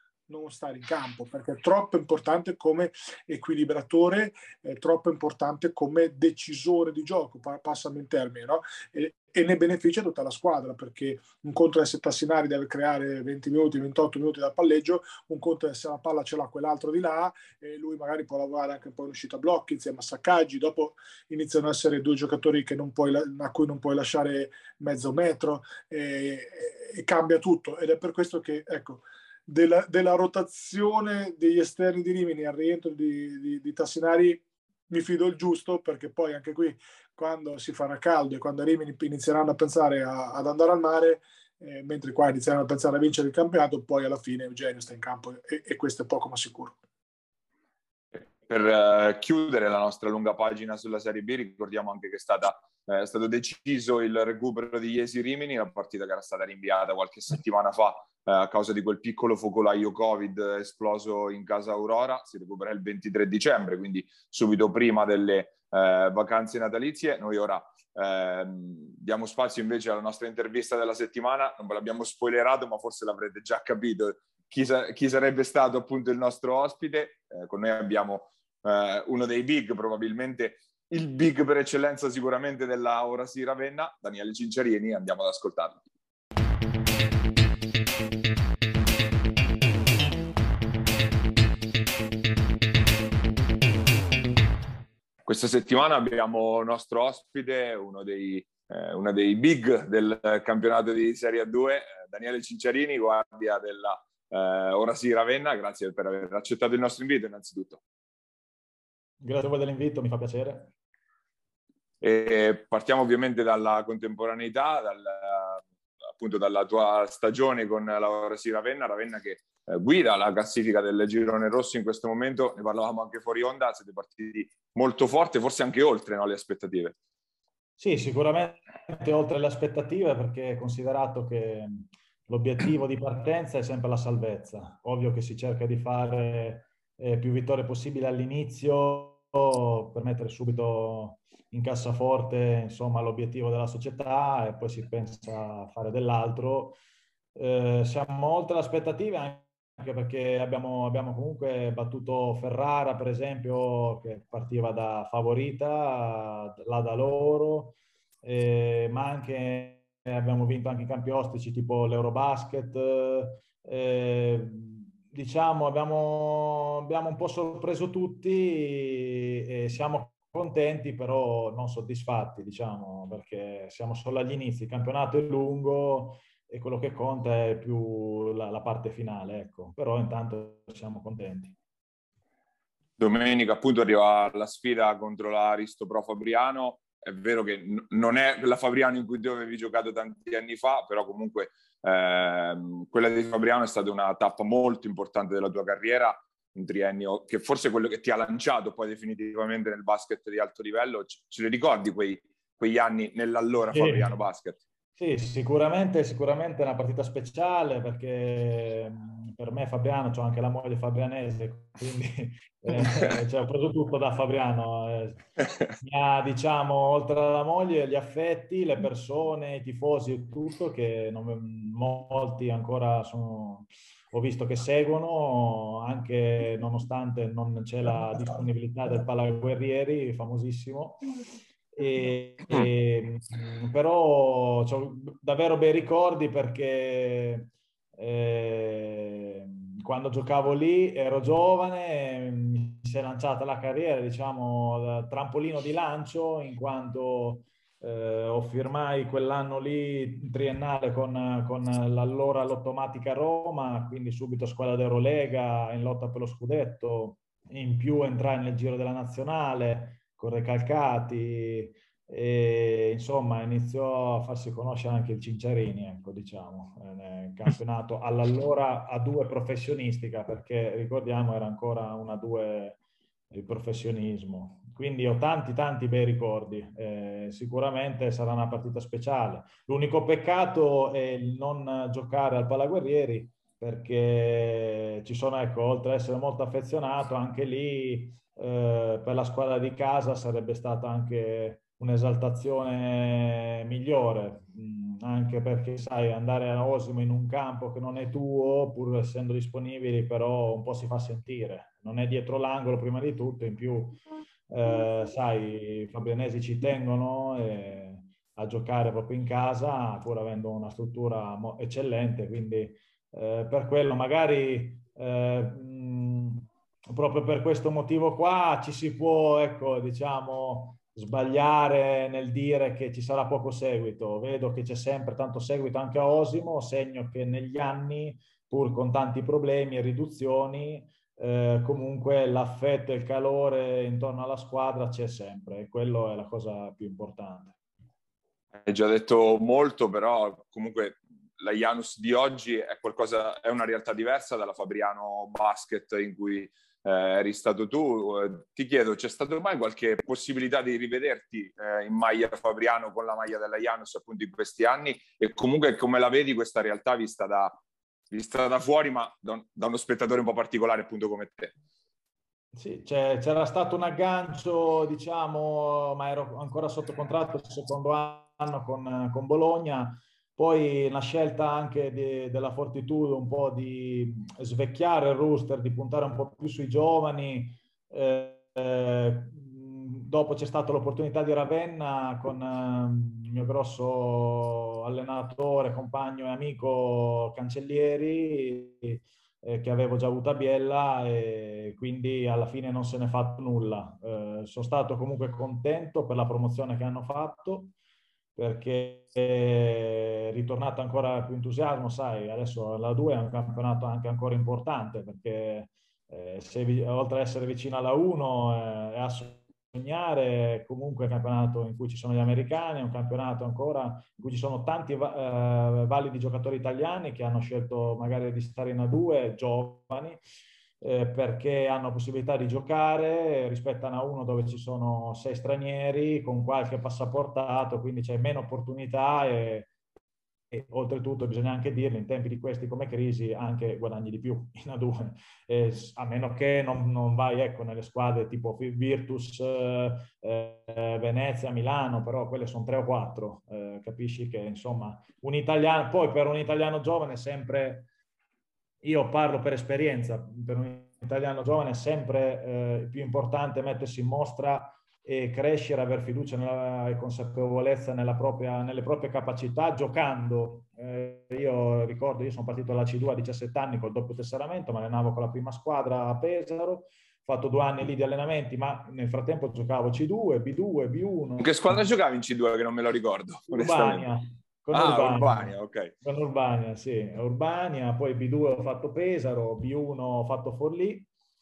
non stare in campo, perché è troppo importante come equilibratore, è troppo importante come decisore di gioco, passami il termine, no? E, e ne beneficia tutta la squadra, perché un conto è se Tassinari deve creare venti minuti, ventotto minuti dal palleggio, un conto è se la palla ce l'ha quell'altro di là, e lui magari può lavorare anche un po' in uscita blocchi insieme a saccaggi, dopo iniziano ad essere due giocatori che non puoi, a cui non puoi lasciare mezzo metro, e, e cambia tutto, ed è per questo che, ecco, della, della rotazione degli esterni di Rimini al rientro di, di, di Tassinari mi fido il giusto, perché poi anche qui quando si farà caldo e quando a Rimini inizieranno a pensare a, ad andare al mare, eh, mentre qua inizieranno a pensare a vincere il campionato, poi alla fine Eugenio sta in campo e, e questo è poco ma sicuro. Per uh, chiudere la nostra lunga pagina sulla Serie B, ricordiamo anche che è, stata, eh, è stato deciso il recupero di Jesi Rimini, la partita che era stata rinviata qualche settimana fa eh, a causa di quel piccolo focolaio Covid esploso in casa Aurora. Si recupera il ventitré dicembre, quindi subito prima delle eh, vacanze natalizie. Noi ora eh, diamo spazio invece alla nostra intervista della settimana. Non ve l'abbiamo spoilerato, ma forse l'avrete già capito chi, sa- chi sarebbe stato appunto il nostro ospite. Eh, con noi abbiamo Uh, uno dei big, probabilmente il big per eccellenza sicuramente della Ora sì Ravenna, Daniele Cinciarini. Andiamo ad ascoltarlo. Questa settimana abbiamo nostro ospite, uno dei, eh, uno dei big del campionato di Serie A due, eh, Daniele Cinciarini, guardia della eh, Ora sì Ravenna. Grazie per aver accettato il nostro invito innanzitutto. Grazie a voi dell'invito, mi fa piacere. E partiamo ovviamente dalla contemporaneità, dal, appunto dalla tua stagione con la Ora sì Ravenna, Ravenna che eh, guida la classifica del Girone Rosso in questo momento. Ne parlavamo anche fuori onda, siete partiti molto forte, forse anche oltre, no, le aspettative. Sì, sicuramente oltre le aspettative, perché considerato che l'obiettivo di partenza è sempre la salvezza. Ovvio che si cerca di fare eh, più vittorie possibili all'inizio per mettere subito in cassaforte, insomma, l'obiettivo della società, e poi si pensa a fare dell'altro. Eh, siamo oltre le aspettative anche perché abbiamo, abbiamo comunque battuto Ferrara, per esempio, che partiva da favorita, là da loro, eh, ma anche abbiamo vinto anche i campi ostici tipo l'Eurobasket. Eh, diciamo, abbiamo, abbiamo un po' sorpreso tutti e siamo contenti, però non soddisfatti, diciamo, perché siamo solo agli inizi, il campionato è lungo e quello che conta è più la, la parte finale, ecco. Però intanto siamo contenti. Domenica appunto arriva la sfida contro la Risto Pro Fabriano. È vero che n- non è la Fabriano in cui tu avevi giocato tanti anni fa, però comunque ehm, quella di Fabriano è stata una tappa molto importante della tua carriera, un triennio che forse è quello che ti ha lanciato poi definitivamente nel basket di alto livello. C- ce li ricordi quei, quegli anni nell'allora Sì. Fabriano Basket? Sì, sicuramente, sicuramente è una partita speciale, perché per me Fabriano, c'ho anche la moglie fabrianese, quindi eh, cioè, ho preso tutto da Fabriano. Eh, mi ha, diciamo, oltre alla moglie, gli affetti, le persone, i tifosi e tutto, che non, molti ancora sono, ho visto che seguono, anche nonostante non c'è la disponibilità del Palaguerrieri, famosissimo. E, e, però ho davvero bei ricordi, perché eh, quando giocavo lì ero giovane, mi si è lanciata la carriera, diciamo, da trampolino di lancio, in quanto eh, ho firmai quell'anno lì triennale con, con l'allora Lottomatica Roma, quindi subito squadra d'Eurolega in lotta per lo scudetto, in più entrai nel giro della nazionale con Recalcati, e insomma iniziò a farsi conoscere anche il Cinciarini, ecco, diciamo, nel campionato all'allora A due professionistica, perché ricordiamo era ancora una A due il professionismo. Quindi ho tanti tanti bei ricordi, eh, sicuramente sarà una partita speciale. L'unico peccato è il non giocare al Palaguerrieri, perché ci sono, ecco, oltre ad essere molto affezionato, anche lì eh, per la squadra di casa sarebbe stata anche un'esaltazione migliore. anche perché sai, andare a Osimo in un campo che non è tuo, pur essendo disponibili, però un po' si fa sentire, non è dietro l'angolo prima di tutto, in più eh, sai, i fabrianesi ci tengono eh, a giocare proprio in casa, pur avendo una struttura eccellente, quindi eh, per quello magari eh, mh, proprio per questo motivo qua ci si può, ecco, diciamo, sbagliare nel dire che ci sarà poco seguito. Vedo che c'è sempre tanto seguito anche a Osimo, segno che negli anni, pur con tanti problemi e riduzioni, eh, comunque l'affetto e il calore intorno alla squadra c'è sempre, e quello è la cosa più importante. Hai già detto molto, però comunque la Janus di oggi è qualcosa, è una realtà diversa dalla Fabriano Basket in cui eh, eri stato tu. Eh, ti chiedo, c'è stata mai qualche possibilità di rivederti eh, in maglia Fabriano con la maglia della Janus appunto in questi anni? E comunque come la vedi questa realtà vista da, vista da fuori, ma da, da uno spettatore un po' particolare appunto come te? Sì, c'era stato un aggancio, diciamo, ma ero ancora sotto contratto il secondo anno con, con Bologna. Poi la scelta anche di, della Fortitudo un po' di svecchiare il roster, di puntare un po' più sui giovani. Eh, eh, dopo c'è stata l'opportunità di Ravenna con eh, il mio grosso allenatore, compagno e amico Cancellieri, eh, che avevo già avuto a Biella, e quindi alla fine non se n'è fatto nulla. Eh, sono stato comunque contento per la promozione che hanno fatto, perché è ritornato ancora più entusiasmo, sai, adesso la due è un campionato anche ancora importante, perché eh, se, oltre ad essere vicino alla uno eh, è a sognare, comunque è un campionato in cui ci sono gli americani, è un campionato ancora in cui ci sono tanti eh, validi giocatori italiani che hanno scelto magari di stare in A due, giovani, eh, perché hanno possibilità di giocare rispetto a una uno dove ci sono sei stranieri con qualche passaportato, quindi c'è meno opportunità e, e oltretutto bisogna anche dirlo, in tempi di questi come crisi anche guadagni di più in A due, eh, a meno che non, non vai, ecco, nelle squadre tipo Virtus, eh, eh, Venezia, Milano, però quelle sono tre o quattro, eh, capisci che insomma un italiano, poi per un italiano giovane sempre, io parlo per esperienza, per un italiano giovane è sempre eh, più importante mettersi in mostra e crescere, aver fiducia nella, e consapevolezza nella propria, nelle proprie capacità, giocando. Eh, io ricordo, io sono partito dalla C due a diciassette anni col doppio tesseramento, mi allenavo con la prima squadra a Pesaro, ho fatto due anni lì di allenamenti, ma nel frattempo giocavo C due, B due, B uno. In che squadra giocavi in C due che non me lo ricordo? Urbania. Con ah, Urbania. Urbania, ok. Con Urbania, sì. Urbania, poi B due ho fatto Pesaro, B uno ho fatto Forlì,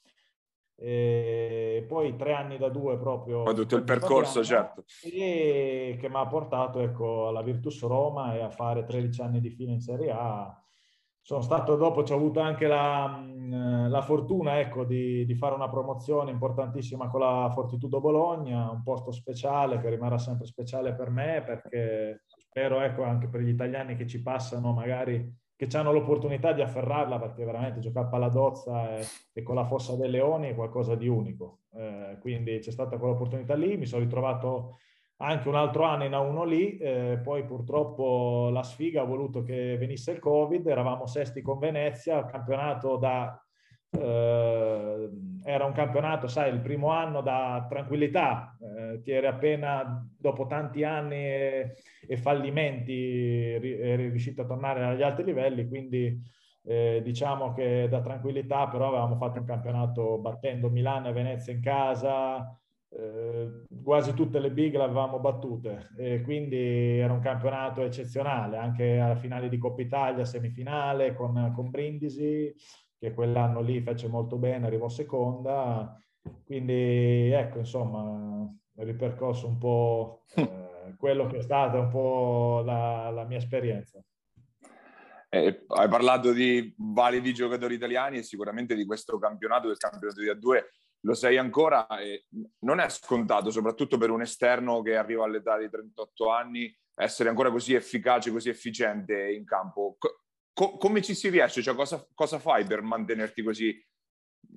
e poi tre anni da due proprio. Poi tutto il percorso, Fabriano, certo. e che mi ha portato, ecco, alla Virtus Roma e a fare tredici anni di fila in Serie A. Sono stato dopo, ci ho avuto anche la, la fortuna, ecco, di, di fare una promozione importantissima con la Fortitudo Bologna, un posto speciale che rimarrà sempre speciale per me, perché spero, ecco, anche per gli italiani che ci passano, magari che hanno l'opportunità di afferrarla, perché veramente giocare a Paladozza e, e con la Fossa dei Leoni è qualcosa di unico. Eh, quindi c'è stata quell'opportunità lì, mi sono ritrovato anche un altro anno in A uno lì, eh, poi purtroppo la sfiga ha voluto che venisse il Covid, eravamo sesti con Venezia, il campionato da... Eh, era un campionato, sai, il primo anno da tranquillità, eh, ti eri appena, dopo tanti anni e, e fallimenti, eri riuscito a tornare agli alti livelli, quindi eh, diciamo che da tranquillità, però avevamo fatto un campionato battendo Milano e Venezia in casa, eh, quasi tutte le big le avevamo battute, e quindi era un campionato eccezionale, anche alla finale di Coppa Italia, semifinale con, con Brindisi, che quell'anno lì fece molto bene, arrivò seconda, quindi ecco, insomma, ripercorso un po' eh, quello che è stata un po' la, la mia esperienza. Eh, hai parlato di validi giocatori italiani e sicuramente di questo campionato, del campionato di A due, lo sei ancora, e non è scontato, soprattutto per un esterno che arriva all'età di trentotto anni, essere ancora così efficace, così efficiente in campo. Co- come ci si riesce? Cioè, cosa, cosa fai per mantenerti così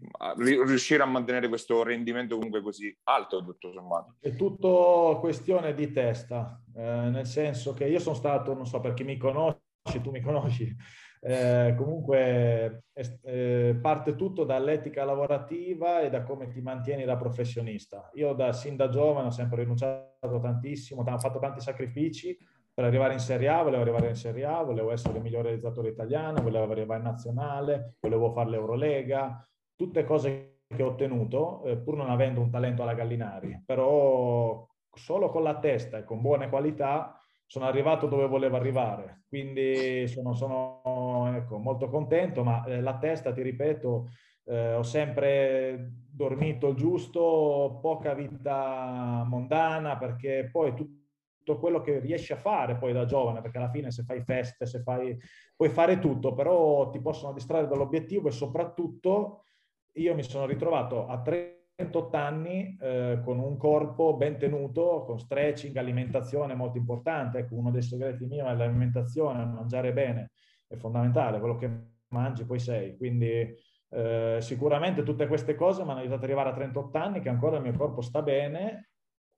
riuscire a mantenere questo rendimento comunque così alto, tutto sommato? È tutto questione di testa, eh, nel senso che io sono stato, non so, per chi mi conosce, tu mi conosci, eh, comunque eh, parte tutto dall'etica lavorativa e da come ti mantieni da professionista. Io da, sin da giovane ho sempre rinunciato tantissimo, ho fatto tanti sacrifici per arrivare in Serie A, volevo arrivare in Serie A, volevo essere il miglior realizzatore italiano, volevo arrivare in nazionale, volevo fare l'Eurolega, tutte cose che ho ottenuto, eh, pur non avendo un talento alla Gallinari, però solo con la testa e con buone qualità sono arrivato dove volevo arrivare. Quindi sono, sono ecco, molto contento, ma eh, la testa, ti ripeto, eh, ho sempre dormito il giusto, poca vita mondana, perché poi tutto quello che riesci a fare poi da giovane, perché alla fine se fai feste, se fai, puoi fare tutto, però ti possono distrarre dall'obiettivo. E soprattutto io mi sono ritrovato a trentotto anni eh, con un corpo ben tenuto, con stretching, alimentazione molto importante. Ecco, uno dei segreti miei è l'alimentazione, mangiare bene è fondamentale, quello che mangi poi sei. Quindi eh, sicuramente tutte queste cose mi hanno aiutato ad arrivare a trentotto anni, che ancora il mio corpo sta bene,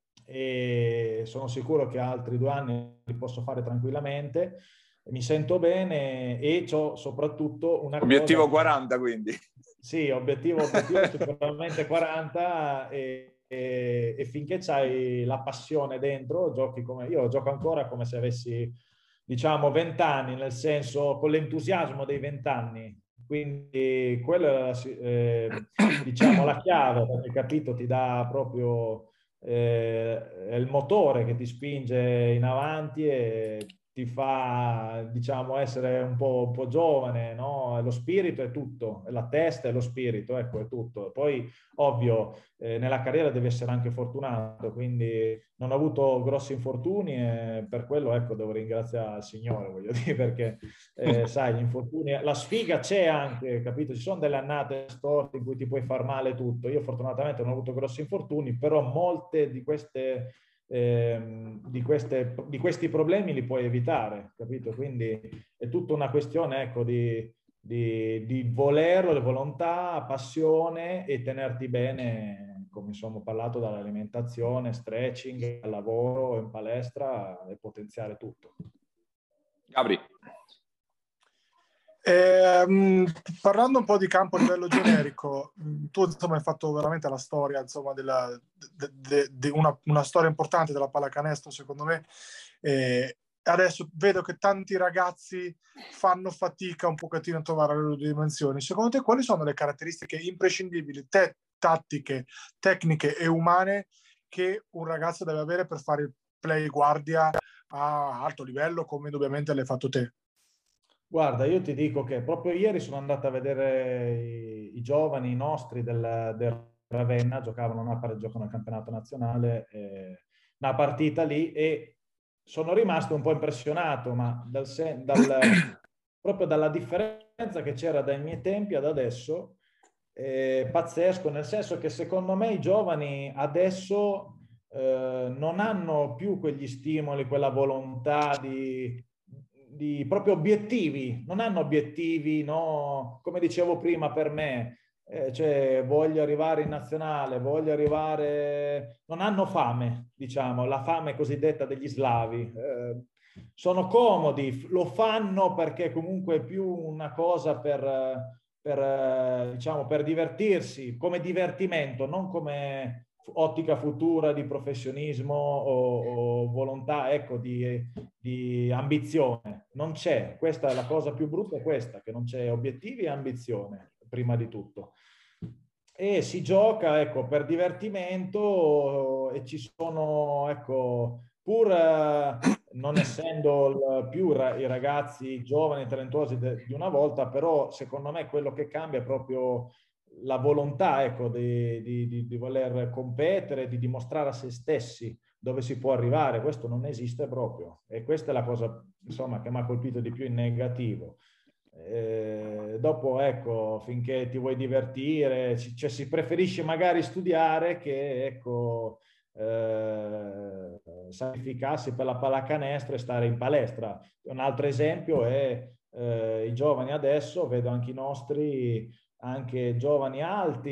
e sono sicuro che altri due anni li posso fare tranquillamente. Mi sento bene e ho soprattutto una obiettivo cosa... quaranta, quindi. Sì, obiettivo, obiettivo sicuramente quaranta, e, e, e finché c'hai la passione dentro, giochi come io, gioco ancora come se avessi, diciamo, venti anni, nel senso con l'entusiasmo dei venti anni. Quindi quella è, eh, diciamo, la chiave, perché capito, ti dà proprio eh, è il motore che ti spinge in avanti e ti fa, diciamo, essere un po', un po' giovane, no? Lo spirito è tutto, la testa e lo spirito, ecco, è tutto. Poi, ovvio, eh, nella carriera devi essere anche fortunato, quindi non ho avuto grossi infortuni e per quello, ecco, devo ringraziare il Signore, voglio dire, perché, eh, sai, gli infortuni, la sfiga c'è anche, capito? Ci sono delle annate storte in cui ti puoi far male tutto. Io fortunatamente non ho avuto grossi infortuni, però molte di queste... Eh, di, queste, di questi problemi li puoi evitare, capito? Quindi è tutta una questione, ecco, di, di, di volerlo, di volontà, passione e tenerti bene, come insomma ho parlato, dall'alimentazione, stretching, al lavoro, in palestra, e potenziare tutto. Gabri. Eh, parlando un po' di campo a livello generico, tu insomma hai fatto veramente la storia, insomma, della, de, de, de una, una storia importante della pallacanestro, secondo me. Eh, adesso vedo che tanti ragazzi fanno fatica un pochettino a trovare le loro dimensioni. Secondo te quali sono le caratteristiche imprescindibili, te, tattiche, tecniche e umane che un ragazzo deve avere per fare il play guardia a alto livello, come indubbiamente l'hai fatto te? Guarda, io ti dico che proprio ieri sono andato a vedere i, i giovani, i nostri del, del Ravenna, giocavano una, giocano al campionato nazionale, eh, una partita lì, e sono rimasto un po' impressionato, ma dal, dal, proprio dalla differenza che c'era dai miei tempi ad adesso, eh, pazzesco, nel senso che secondo me i giovani adesso eh, non hanno più quegli stimoli, quella volontà di... di proprio obiettivi, non hanno obiettivi, no? Come dicevo prima per me, eh, cioè voglio arrivare in nazionale, voglio arrivare... non hanno fame, diciamo, la fame cosiddetta degli slavi. Eh, sono comodi, lo fanno perché comunque è più una cosa per, per, diciamo, per divertirsi, come divertimento, non come ottica futura di professionismo o, o volontà, ecco, di, di ambizione. Non c'è. Questa è la cosa più brutta, è questa, che non c'è obiettivi e ambizione, prima di tutto. E si gioca, ecco, per divertimento, e ci sono, ecco, pur eh, non essendo il, più ra i ragazzi giovani, talentuosi di una volta, però secondo me quello che cambia è proprio la volontà, ecco, di, di, di voler competere, di dimostrare a se stessi dove si può arrivare. Questo non esiste proprio, e questa è la cosa, insomma, che mi ha colpito di più in negativo. Eh, dopo, ecco, finché ti vuoi divertire, cioè, si preferisce magari studiare che, ecco, eh, sacrificarsi per la pallacanestro e stare in palestra. Un altro esempio è eh, i giovani adesso, vedo anche i nostri, anche giovani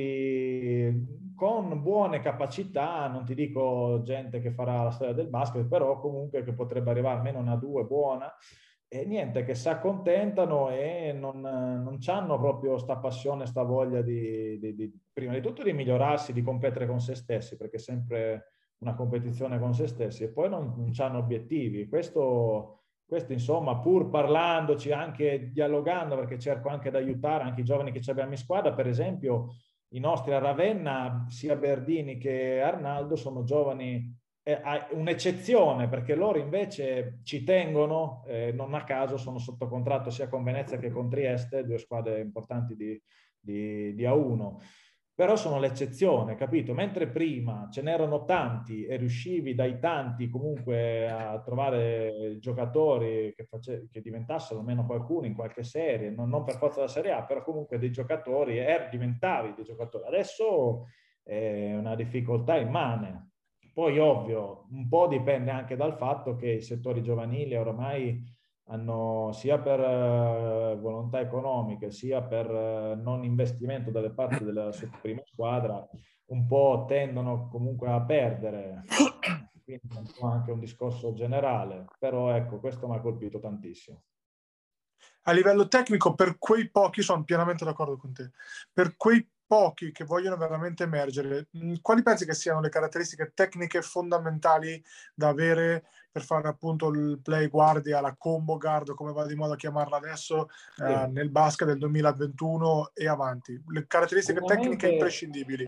alti, con buone capacità, non ti dico gente che farà la storia del basket, però comunque che potrebbe arrivare almeno una due buona, e niente, che si accontentano e non, non hanno proprio sta passione, sta voglia di, di, di, prima di tutto di migliorarsi, di competere con se stessi, perché è sempre una competizione con se stessi, e poi non, non hanno obiettivi. Questo, questo, insomma, pur parlandoci, anche dialogando, perché cerco anche di aiutare anche i giovani che ci abbiamo in squadra, per esempio i nostri a Ravenna, sia Berdini che Arnaldo, sono giovani, eh, un'eccezione, perché loro invece ci tengono, eh, non a caso sono sotto contratto sia con Venezia che con Trieste, due squadre importanti di, di, di A uno. Però sono l'eccezione, capito? Mentre prima ce n'erano tanti e riuscivi dai tanti comunque a trovare giocatori che, face... che diventassero almeno qualcuno in qualche serie, non, non per forza la Serie A, però comunque dei giocatori, er, diventavi dei giocatori. Adesso è una difficoltà immane. Poi ovvio, un po' dipende anche dal fatto che i settori giovanili ormai hanno, sia per uh, volontà economiche, sia per uh, non investimento dalle parti della prima squadra, un po' tendono comunque a perdere. Quindi è un po' anche un discorso generale, però ecco, questo mi ha colpito tantissimo. A livello tecnico, per quei pochi, sono pienamente d'accordo con te, per quei pochi che vogliono veramente emergere, quali pensi che siano le caratteristiche tecniche fondamentali da avere per fare appunto il play guardia, la combo guard, come va di moda a chiamarla adesso, sì. eh, nel basket del duemilaventuno e avanti? Le caratteristiche tecniche imprescindibili.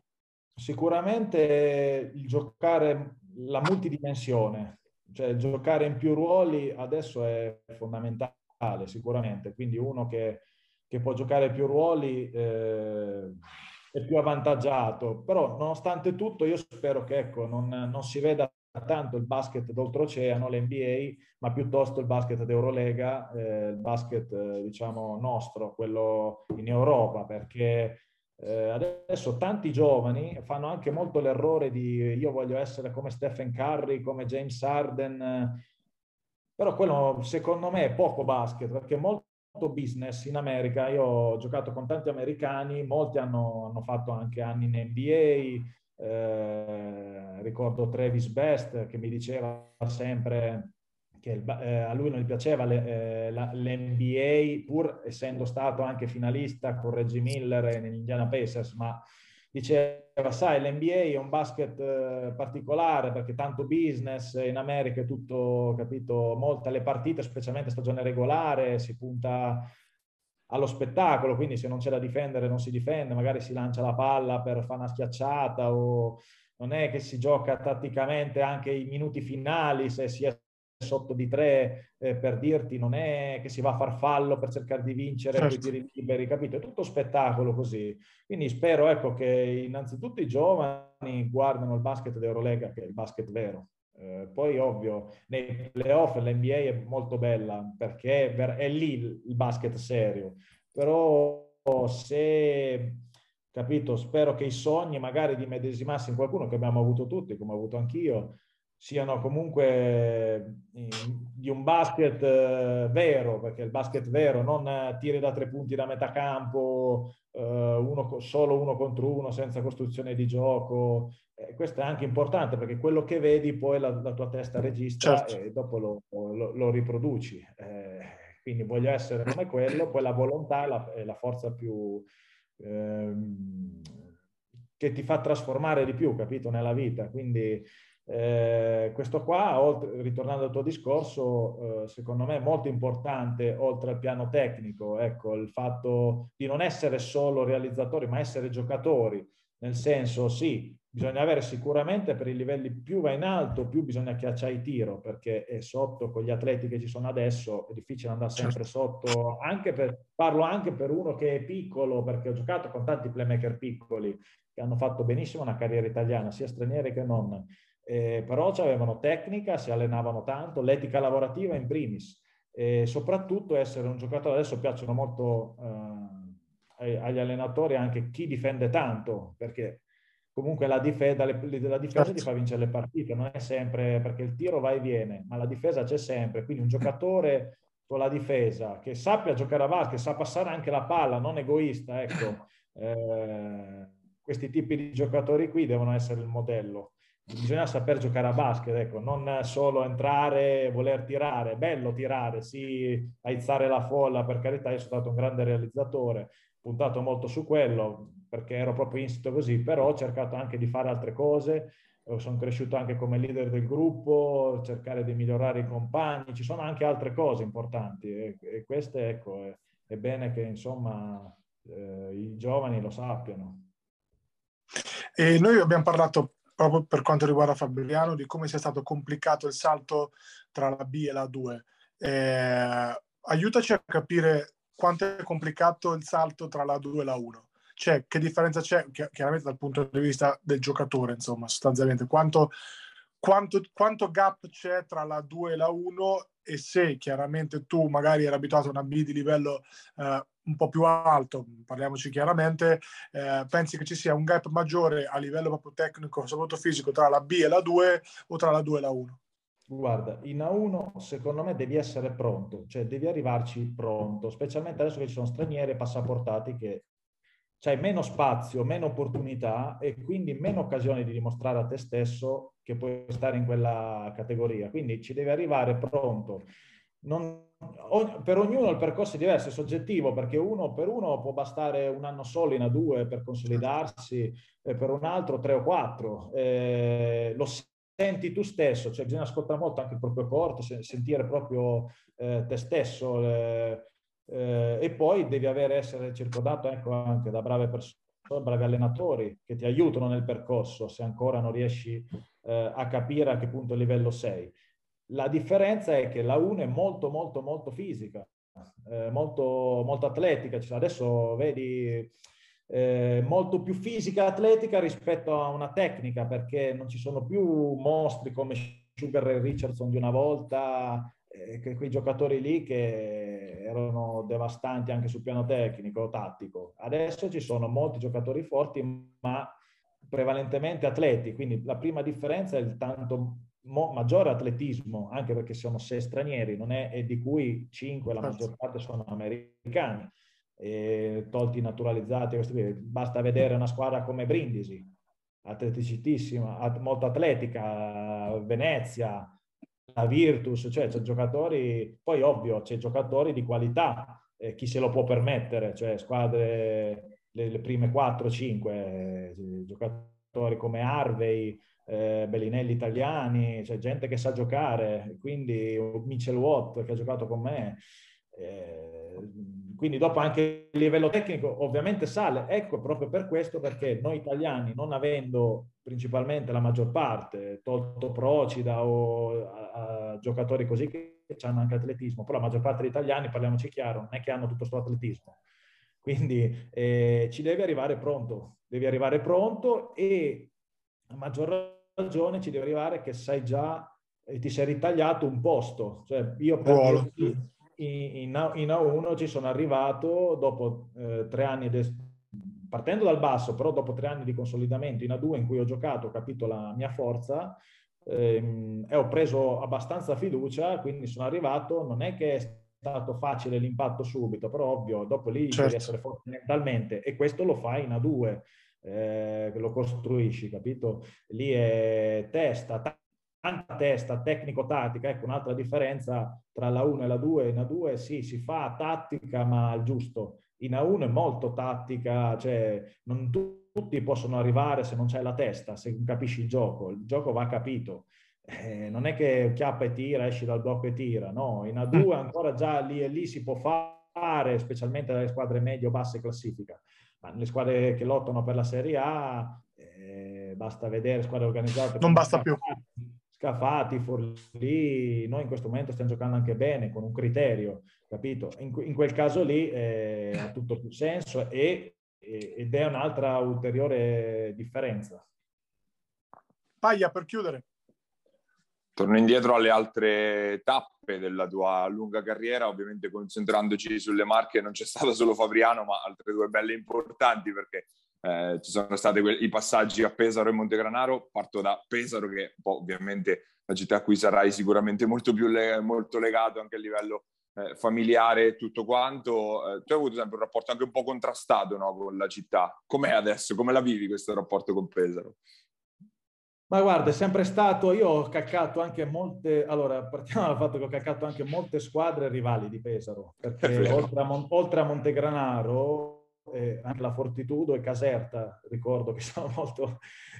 Sicuramente il giocare la multidimensione, cioè il giocare in più ruoli adesso è fondamentale sicuramente, quindi uno che, che può giocare più ruoli eh, è più avvantaggiato, però nonostante tutto io spero che ecco, non, non si veda tanto il basket d'oltreoceano, l'N B A, ma piuttosto il basket d'Eurolega, eh, il basket eh, diciamo nostro, quello in Europa, perché eh, adesso tanti giovani fanno anche molto l'errore di io voglio essere come Stephen Curry, come James Harden, eh, però quello secondo me è poco basket, perché molto business in America. Io ho giocato con tanti americani, molti hanno, hanno fatto anche anni in N B A, eh, ricordo Travis Best che mi diceva sempre che il, eh, a lui non gli piaceva l'N B A, pur essendo stato anche finalista con Reggie Miller nell'Indiana Pacers, ma diceva, sai, l'N B A è un basket eh, particolare perché tanto business, in America è tutto, capito, molte le partite, specialmente stagione regolare, si punta allo spettacolo, quindi se non c'è da difendere non si difende, magari si lancia la palla per fare una schiacciata, o non è che si gioca tatticamente anche i minuti finali, se si è sotto di tre, eh, per dirti, non è che si va a far fallo per cercare di vincere certo. Con i tiri liberi, capito? È tutto spettacolo così. Quindi spero ecco che innanzitutto i giovani guardano il basket d'Eurolega, che è il basket vero. Eh, poi ovvio nei playoff l'N B A è molto bella perché è lì il basket serio, però se, capito, spero che i sogni magari di medesimarsi in qualcuno, che abbiamo avuto tutti, come ho avuto anch'io, siano comunque di un basket eh, vero, perché il basket vero non eh, tiri da tre punti da metà campo, eh, uno, solo uno contro uno senza costruzione di gioco. Eh, questo è anche importante perché quello che vedi poi la, la tua testa registra certo. E dopo lo, lo, lo riproduci. Eh, quindi voglio essere come quello, poi la volontà è la, è la forza più ehm, che ti fa trasformare di più, capito, nella vita. Quindi Eh, questo qua, oltre, ritornando al tuo discorso, eh, secondo me è molto importante, oltre al piano tecnico, ecco, il fatto di non essere solo realizzatori, ma essere giocatori, nel senso, sì, bisogna avere sicuramente per i livelli più va in alto, più bisogna che acciai tiro, perché è sotto con gli atleti che ci sono adesso, è difficile andare sempre sotto, anche per, parlo anche per uno che è piccolo, perché ho giocato con tanti playmaker piccoli, che hanno fatto benissimo una carriera italiana, sia stranieri che non. Eh, però avevano tecnica, si allenavano tanto, l'etica lavorativa in primis, e soprattutto essere un giocatore. Adesso piacciono molto eh, agli allenatori anche chi difende tanto, perché comunque la difesa, la difesa certo. Ti fa vincere le partite, non è sempre perché il tiro va e viene, ma la difesa c'è sempre, quindi un giocatore con la difesa che sappia giocare a basket, sa passare anche la palla, non egoista, ecco. Eh, questi tipi di giocatori qui devono essere il modello. Bisogna saper giocare a basket, ecco, non solo entrare e voler tirare. È bello tirare, sì, aizzare la folla, per carità, io sono stato un grande realizzatore, puntato molto su quello, perché ero proprio insito così, però ho cercato anche di fare altre cose, sono cresciuto anche come leader del gruppo, cercare di migliorare i compagni, ci sono anche altre cose importanti e, e queste, ecco, è, è bene che, insomma, eh, i giovani lo sappiano. E noi abbiamo parlato proprio per quanto riguarda Fabriano di come sia stato complicato il salto tra la B e la due. Eh, aiutaci a capire quanto è complicato il salto tra la due e la uno. Cioè, che differenza c'è, chiaramente dal punto di vista del giocatore, insomma, sostanzialmente. Quanto, quanto, quanto gap c'è tra la due e la uno, e se chiaramente tu magari eri abituato a una B di livello eh, un po' più alto, parliamoci chiaramente, eh, pensi che ci sia un gap maggiore a livello proprio tecnico, soprattutto fisico, tra la B e la due o tra la due e la uno? Guarda, in A uno secondo me devi essere pronto, cioè devi arrivarci pronto, specialmente adesso che ci sono stranieri e passaportati, che c'hai meno spazio, meno opportunità e quindi meno occasioni di dimostrare a te stesso che puoi stare in quella categoria. Quindi ci devi arrivare pronto. Non, per ognuno il percorso è diverso, è soggettivo, perché uno per uno può bastare un anno solo in A due per consolidarsi, e per un altro tre o quattro. Eh, lo senti tu stesso, cioè bisogna ascoltare molto anche il proprio corpo, sentire proprio eh, te stesso. Eh, Eh, e poi devi avere, essere circondato, ecco, anche da brave persone, bravi allenatori che ti aiutano nel percorso se ancora non riesci eh, a capire a che punto livello sei. La differenza è che la uno è molto molto molto fisica, eh, molto, molto atletica. Cioè, adesso vedi eh, molto più fisica e atletica rispetto a una tecnica, perché non ci sono più mostri come Sugar Ray Richardson di una volta, che quei giocatori lì che erano devastanti anche sul piano tecnico, tattico. Adesso ci sono molti giocatori forti, ma prevalentemente atleti, quindi la prima differenza è il tanto maggiore atletismo, anche perché siamo sei stranieri, non è, e di cui cinque, la maggior parte sono americani, e tolti naturalizzati. Basta vedere una squadra come Brindisi, atleticitissima, molto atletica, Venezia, la Virtus, cioè c'è giocatori, poi ovvio c'è giocatori di qualità, eh, chi se lo può permettere, cioè squadre, le, le prime quattro cinque, eh, giocatori come Harvey, eh, Bellinelli italiani, c'è gente che sa giocare, quindi Mitchell Watt che ha giocato con me, eh, quindi dopo anche il livello tecnico ovviamente sale. Ecco, proprio per questo, perché noi italiani, non avendo principalmente la maggior parte, tolto Procida o a, a giocatori così che hanno anche atletismo, però la maggior parte degli italiani, parliamoci chiaro, non è che hanno tutto questo atletismo. Quindi eh, ci devi arrivare pronto, devi arrivare pronto, e a maggior ragione ci devi arrivare che sai già, eh, ti sei ritagliato un posto. Cioè io per Ruolo. dirti, in, in A uno ci sono arrivato dopo eh, tre anni, de, partendo dal basso, però dopo tre anni di consolidamento in A due in cui ho giocato, ho capito la mia forza ehm, e ho preso abbastanza fiducia, quindi sono arrivato. Non è che è stato facile l'impatto subito, però ovvio, dopo lì certo, devi essere forte mentalmente, e questo lo fai in A due, eh, lo costruisci, capito? Lì è testa, tanta testa, tecnico-tattica. Ecco, un'altra differenza tra la uno e la due: in A due sì, si fa tattica, ma al giusto. In A uno è molto tattica, cioè non tutti possono arrivare se non c'è la testa, se non capisci il gioco. Il gioco va capito. Eh, non è che chiappa e tira, esci dal blocco e tira, no. In A due ancora già lì e lì si può fare, specialmente dalle squadre medio-basse classifica. Ma nelle squadre che lottano per la Serie A, eh, basta vedere squadre organizzate. Non basta più. Scafati, Forlì, noi in questo momento stiamo giocando anche bene, con un criterio, capito? In, in quel caso lì eh, ha tutto più senso, e, e, ed è un'altra ulteriore differenza. Paglia, per chiudere. Torno indietro alle altre tappe della tua lunga carriera, ovviamente concentrandoci sulle Marche. Non c'è stato solo Fabriano, ma altre due belle importanti, perché Eh, ci sono stati i passaggi a Pesaro e Montegranaro. Parto da Pesaro, che poi ovviamente la città a cui sarai sicuramente molto più le, molto legato anche a livello eh, familiare, tutto quanto. Eh, tu hai avuto sempre un rapporto anche un po' contrastato, no, con la città. Com'è adesso? Come la vivi questo rapporto con Pesaro? Ma guarda, è sempre stato, io ho calcato anche molte, allora partiamo dal fatto che ho calcato anche molte squadre rivali di Pesaro, perché oltre a, Mon, oltre a Montegranaro, eh, anche la Fortitudo e Caserta, ricordo che sono molto,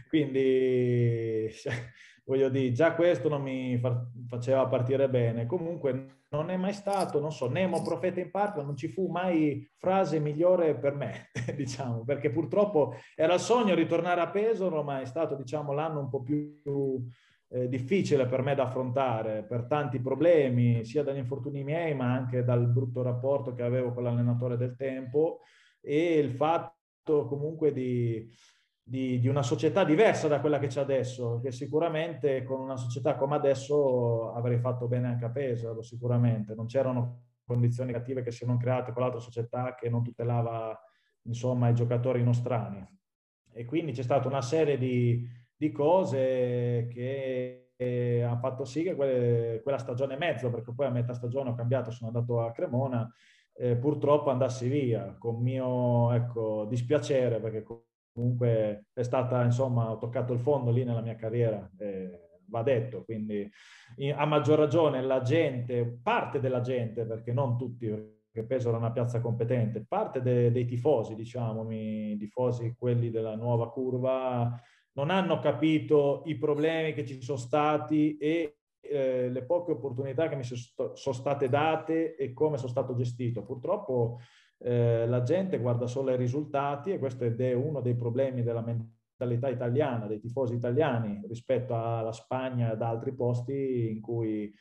quindi cioè, voglio dire, già questo non mi fa, faceva partire bene. Comunque non è mai stato, non so, Nemo profeta in parte, non ci fu mai frase migliore per me, diciamo, perché purtroppo era il sogno ritornare a Pesaro, ma è stato, diciamo, l'anno un po' più eh, difficile per me da affrontare, per tanti problemi, sia dagli infortuni miei, ma anche dal brutto rapporto che avevo con l'allenatore del tempo e il fatto comunque di... Di, di una società diversa da quella che c'è adesso, che sicuramente con una società come adesso avrei fatto bene anche a Pesaro, sicuramente. Non c'erano condizioni cattive che si erano create con l'altra società che non tutelava, insomma, i giocatori nostrani. E quindi c'è stata una serie di, di cose che eh, hanno fatto sì che quelle, quella stagione e mezzo, perché poi a metà stagione ho cambiato, sono andato a Cremona, eh, purtroppo andassi via, con mio, ecco, dispiacere, perché comunque è stata, insomma, ho toccato il fondo lì nella mia carriera, eh, va detto, quindi in, a maggior ragione la gente, parte della gente, perché non tutti, perché Pesaro è una piazza competente, parte de, dei tifosi, diciamo, i tifosi, quelli della nuova curva, non hanno capito i problemi che ci sono stati e eh, le poche opportunità che mi sono state date e come sono stato gestito. Purtroppo Eh, la gente guarda solo ai risultati e questo è uno dei problemi della mentalità italiana, dei tifosi italiani rispetto alla Spagna e ad altri posti in cui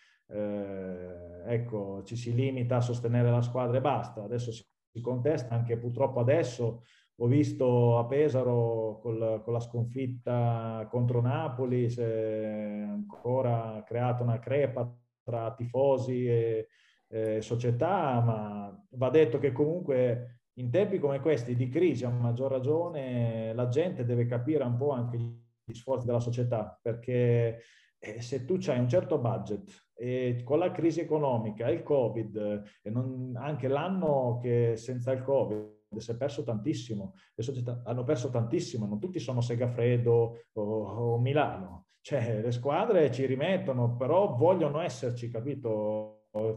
eh, ecco, ci si limita a sostenere la squadra e basta. Adesso si, si contesta, anche purtroppo adesso ho visto a Pesaro col, con la sconfitta contro Napoli, si è ancora creata una crepa tra tifosi e Eh, società, ma va detto che comunque in tempi come questi di crisi, a maggior ragione, la gente deve capire un po' anche gli sforzi della società, perché eh, se tu hai un certo budget e con la crisi economica, il Covid, eh, e non, anche l'anno che senza il Covid si è perso tantissimo, le società hanno perso tantissimo, non tutti sono Segafredo o, o Milano, cioè le squadre ci rimettono, però vogliono esserci, capito?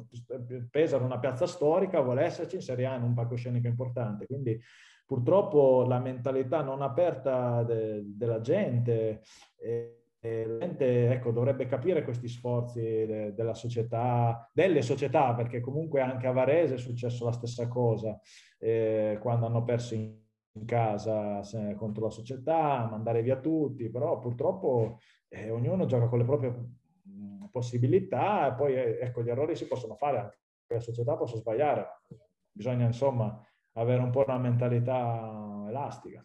Pesaro una piazza storica, vuole esserci in Serie A in un palcoscenico importante, quindi purtroppo la mentalità non aperta de, della gente, e, e la gente, ecco, dovrebbe capire questi sforzi de, della società, delle società, perché comunque anche a Varese è successo la stessa cosa, eh, quando hanno perso in, in casa se, contro la società, mandare via tutti, però purtroppo eh, ognuno gioca con le proprie possibilità e poi ecco, gli errori si possono fare, anche la società può sbagliare, bisogna insomma avere un po' una mentalità elastica.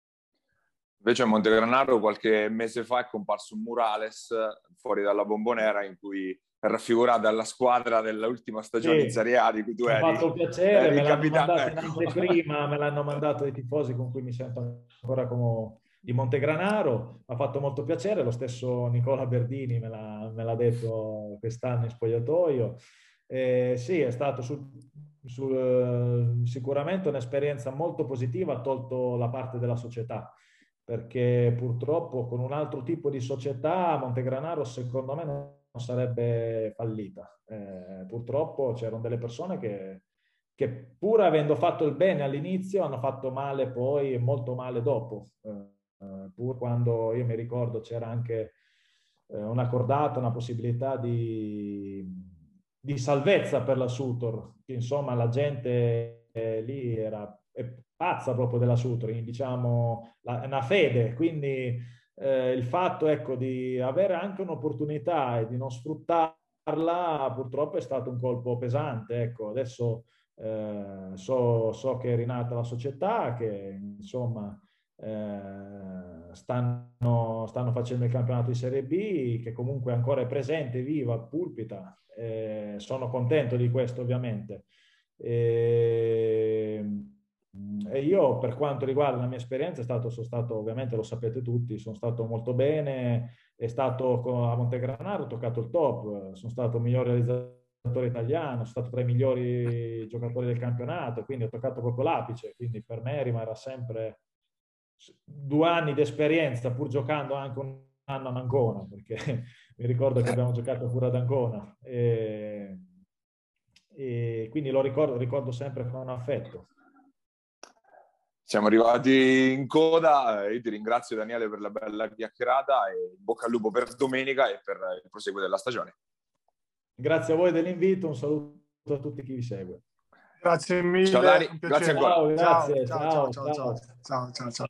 Invece a Montegranaro qualche mese fa è comparso un murales fuori dalla Bombonera in cui è raffigurata la squadra dell'ultima stagione in Sì, Serie A di cui tu mi ha eri, fatto piacere, eri me l'hanno capitano. mandato Ecco. in anteprima, me l'hanno mandato i tifosi con cui mi sento ancora come di Montegranaro, mi ha fatto molto piacere, lo stesso Nicola Berdini me l'ha, me l'ha detto quest'anno in spogliatoio. Eh, sì, è stato su, su, eh, sicuramente un'esperienza molto positiva, ha tolto la parte della società, perché purtroppo con un altro tipo di società Montegranaro secondo me non sarebbe fallita. Eh, purtroppo c'erano delle persone che, che pur avendo fatto il bene all'inizio hanno fatto male poi e molto male dopo. Eh, Uh, pur quando io mi ricordo c'era anche uh, una cordata, una possibilità di, di salvezza per la Sutor, che insomma la gente eh, lì era pazza proprio della Sutor, diciamo la, una fede, quindi eh, il fatto ecco di avere anche un'opportunità e di non sfruttarla purtroppo è stato un colpo pesante. Ecco, adesso eh, so, so che è rinata la società, che insomma Eh, stanno, stanno facendo il campionato di Serie B, che comunque ancora è presente, viva, pulpita. Eh, sono contento di questo ovviamente. E, e io per quanto riguarda la mia esperienza, è stato, sono stato, ovviamente lo sapete tutti, sono stato molto bene, è stato a Montegranaro, ho toccato il top, sono stato miglior realizzatore giocatore italiano, sono stato tra i migliori giocatori del campionato, quindi ho toccato proprio l'apice, quindi per me rimarrà sempre due anni di esperienza, pur giocando anche un anno ad Ancona, perché mi ricordo che abbiamo giocato pure ad Ancona, e, e quindi lo ricordo, ricordo sempre con affetto. Siamo arrivati in coda, io ti ringrazio Daniele per la bella chiacchierata e bocca al lupo per domenica e per il proseguo della stagione. Grazie a voi dell'invito, un saluto a tutti chi vi segue. Grazie mille. Ciao Dani, grazie ancora. Ciao, grazie, ciao, ciao, ciao, ciao, ciao. ciao, ciao, ciao.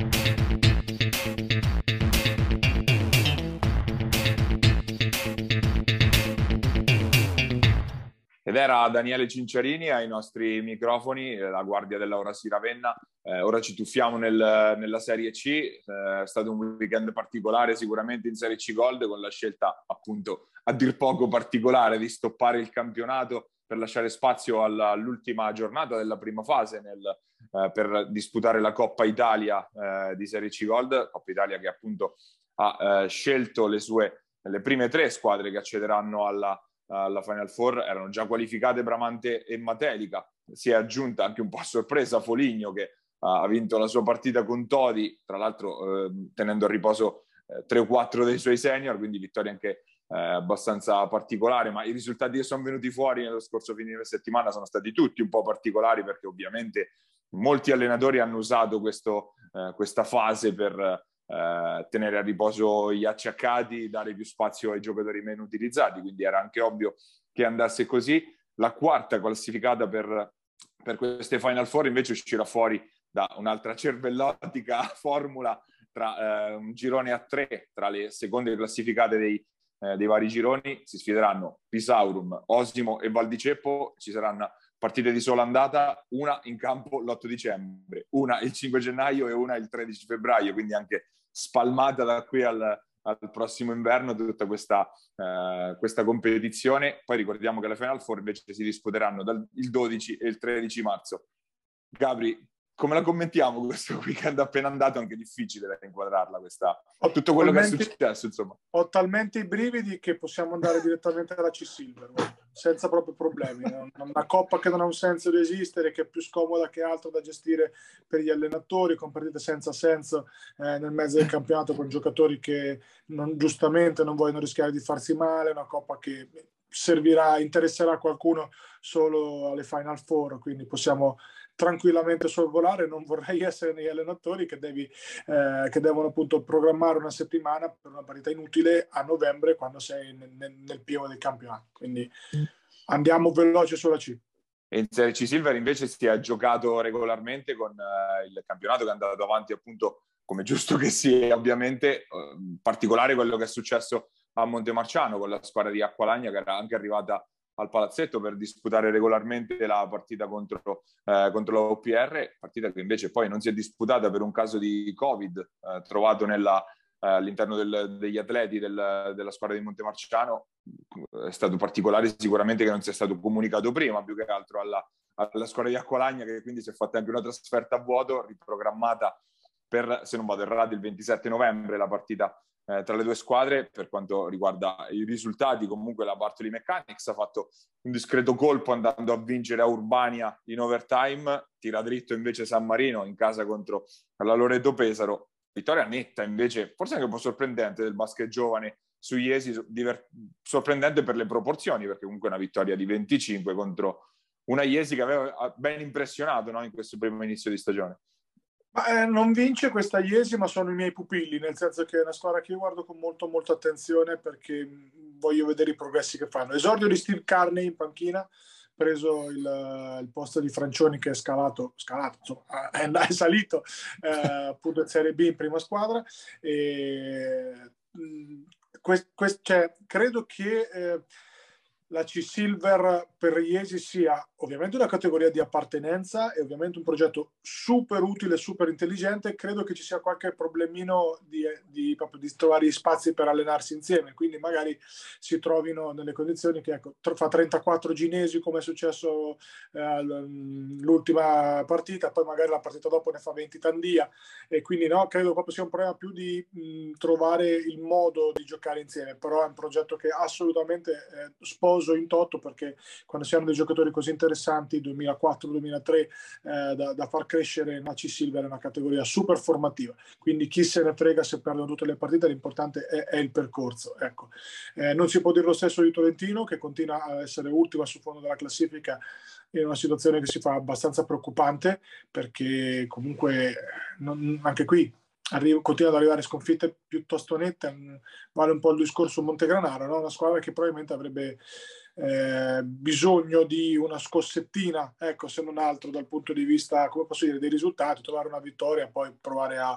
Ed era Daniele Cinciarini ai nostri microfoni, la guardia dell'Aura Si Ravenna. Eh, ora ci tuffiamo nel, nella Serie C, eh, è stato un weekend particolare sicuramente in Serie C Gold, con la scelta appunto a dir poco particolare di stoppare il campionato per lasciare spazio alla, all'ultima giornata della prima fase nel, eh, per disputare la Coppa Italia eh, di Serie C Gold, Coppa Italia che appunto ha eh, scelto le sue le prime tre squadre che accederanno alla alla Final Four. Erano già qualificate Bramante e Matelica, si è aggiunta anche un po' a sorpresa Foligno che uh, ha vinto la sua partita con Todi, tra l'altro eh, tenendo a riposo eh, tre o quattro dei suoi senior, quindi vittoria anche eh, abbastanza particolare, ma i risultati che sono venuti fuori nello scorso fine settimana sono stati tutti un po' particolari, perché ovviamente molti allenatori hanno usato questo, eh, questa fase per Uh, tenere a riposo gli acciaccati, dare più spazio ai giocatori meno utilizzati, quindi era anche ovvio che andasse così. La quarta classificata per, per queste Final Four invece uscirà fuori da un'altra cervellotica formula tra uh, un girone a tre, tra le seconde classificate dei, uh, dei vari gironi. Si sfideranno Pisaurum, Osimo e Val di Ceppo. Ci saranno partite di sola andata, una in campo l'otto dicembre, una il cinque gennaio e una il tredici febbraio, quindi anche spalmata da qui al, al prossimo inverno tutta questa, eh, questa competizione. Poi ricordiamo che le Final Four invece si disputeranno dal il dodici e il tredici marzo. Gabri, come la commentiamo questo weekend appena andato? È anche difficile da inquadrarla questa, tutto quello che è successo, insomma. Ho talmente i brividi che possiamo andare direttamente alla C-Silver, senza proprio problemi. Una coppa che non ha un senso di esistere, che è più scomoda che altro da gestire per gli allenatori, con partite senza senso eh, nel mezzo del campionato con giocatori che non, giustamente non vogliono rischiare di farsi male, una coppa che servirà, interesserà qualcuno solo alle Final Four, quindi possiamo tranquillamente sorvolare. Non vorrei essere negli allenatori che, devi, eh, che devono appunto programmare una settimana per una partita inutile a novembre quando sei nel, nel, nel pieno del campionato, quindi andiamo veloce sulla C. E in Serie C Silver invece si è giocato regolarmente con eh, il campionato che è andato avanti appunto come giusto che sia, ovviamente, eh, in particolare quello che è successo a Montemarciano con la squadra di Acqualagna che era anche arrivata al palazzetto per disputare regolarmente la partita contro, eh, contro la O P R, partita che invece poi non si è disputata per un caso di Covid eh, trovato nella, eh, all'interno del, degli atleti del, della squadra di Montemarciano. È stato particolare sicuramente che non sia stato comunicato prima, più che altro alla, alla squadra di Acqualagna, che quindi si è fatta anche una trasferta a vuoto, riprogrammata per, se non vado errato, il ventisette novembre la partita Eh, tra le due squadre. Per quanto riguarda i risultati, comunque la Bartoli Mechanics ha fatto un discreto colpo andando a vincere a Urbania in overtime, tira dritto invece San Marino in casa contro la Loreto Pesaro, vittoria netta invece, forse anche un po' sorprendente del basket giovane su Iesi, diver- sorprendente per le proporzioni, perché comunque è una vittoria di venticinque contro una Iesi che aveva ben impressionato, no, in questo primo inizio di stagione. Ma, eh, non vince questa Iesi, ma sono i miei pupilli, nel senso che è una squadra che io guardo con molto molta attenzione perché voglio vedere i progressi che fanno. Esordio di Steve Carney in panchina, preso il, il posto di Francioni che è scalato, scalato insomma, è, è salito eh, appunto in Serie B in prima squadra. E, mh, quest, quest, cioè, credo che eh, la C-Silver per Iesi sia ovviamente una categoria di appartenenza e ovviamente un progetto super utile, super intelligente. Credo che ci sia qualche problemino di, di, proprio di trovare gli spazi per allenarsi insieme, quindi magari si trovino nelle condizioni che ecco, fa trentaquattro ginesi come è successo eh, l'ultima partita, poi magari la partita dopo ne fa venti Tandia, e quindi no, credo proprio sia un problema più di mh, trovare il modo di giocare insieme. Però è un progetto che assolutamente eh, sposo curioso in toto, perché quando si hanno dei giocatori così interessanti, duemilaquattro duemilatré, eh, da, da far crescere Naci Silver è una categoria super formativa, quindi chi se ne frega se perdono tutte le partite, l'importante è, è il percorso, ecco. Eh, non si può dire lo stesso di Tolentino, che continua a essere ultima sul fondo della classifica, in una situazione che si fa abbastanza preoccupante, perché comunque non, anche qui arriva, continua ad arrivare sconfitte piuttosto nette. Vale un po' il discorso Montegranaro, no? Una squadra che probabilmente avrebbe eh, bisogno di una scossettina, ecco, se non altro dal punto di vista, come posso dire, dei risultati, trovare una vittoria, poi provare a,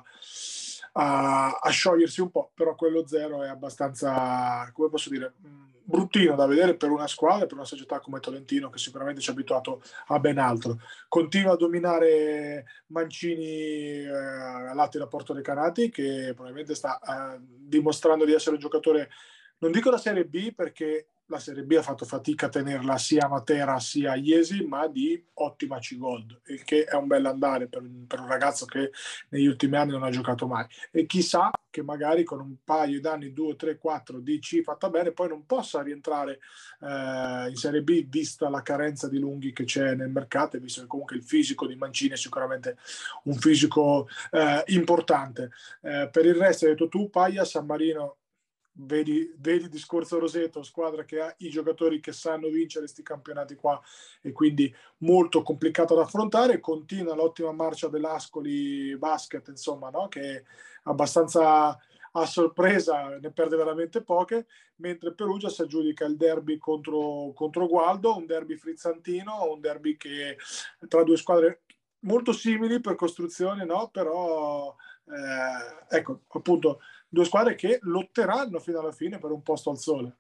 a, a sciogliersi un po', però quello zero è abbastanza, come posso dire, bruttino da vedere per una squadra, per una società come Tolentino, che sicuramente ci ha abituato a ben altro. Continua a dominare Mancini eh, all'Attila da Porto Recanati, che probabilmente sta eh, dimostrando di essere un giocatore, non dico da Serie B, perché la Serie B ha fatto fatica a tenerla sia a Matera sia a Iesi, ma di ottima C-Gold, il che è un bel andare per un, per un ragazzo che negli ultimi anni non ha giocato mai. E chissà che magari con un paio d'anni, due, tre, quattro di C fatta bene, poi non possa rientrare eh, in Serie B, vista la carenza di lunghi che c'è nel mercato, e visto che comunque il fisico di Mancini è sicuramente un fisico eh, importante. Eh, per il resto, hai detto tu, Paia, San Marino, Vedi, vedi il discorso Roseto, squadra che ha i giocatori che sanno vincere questi campionati qua, e quindi molto complicato da affrontare. Continua l'ottima marcia dell'Ascoli Basket, insomma, no? Che è abbastanza a sorpresa, ne perde veramente poche, mentre Perugia si aggiudica il derby contro, contro Gualdo, un derby frizzantino, un derby che tra due squadre molto simili per costruzione, no? Però eh, ecco, appunto, due squadre che lotteranno fino alla fine per un posto al sole.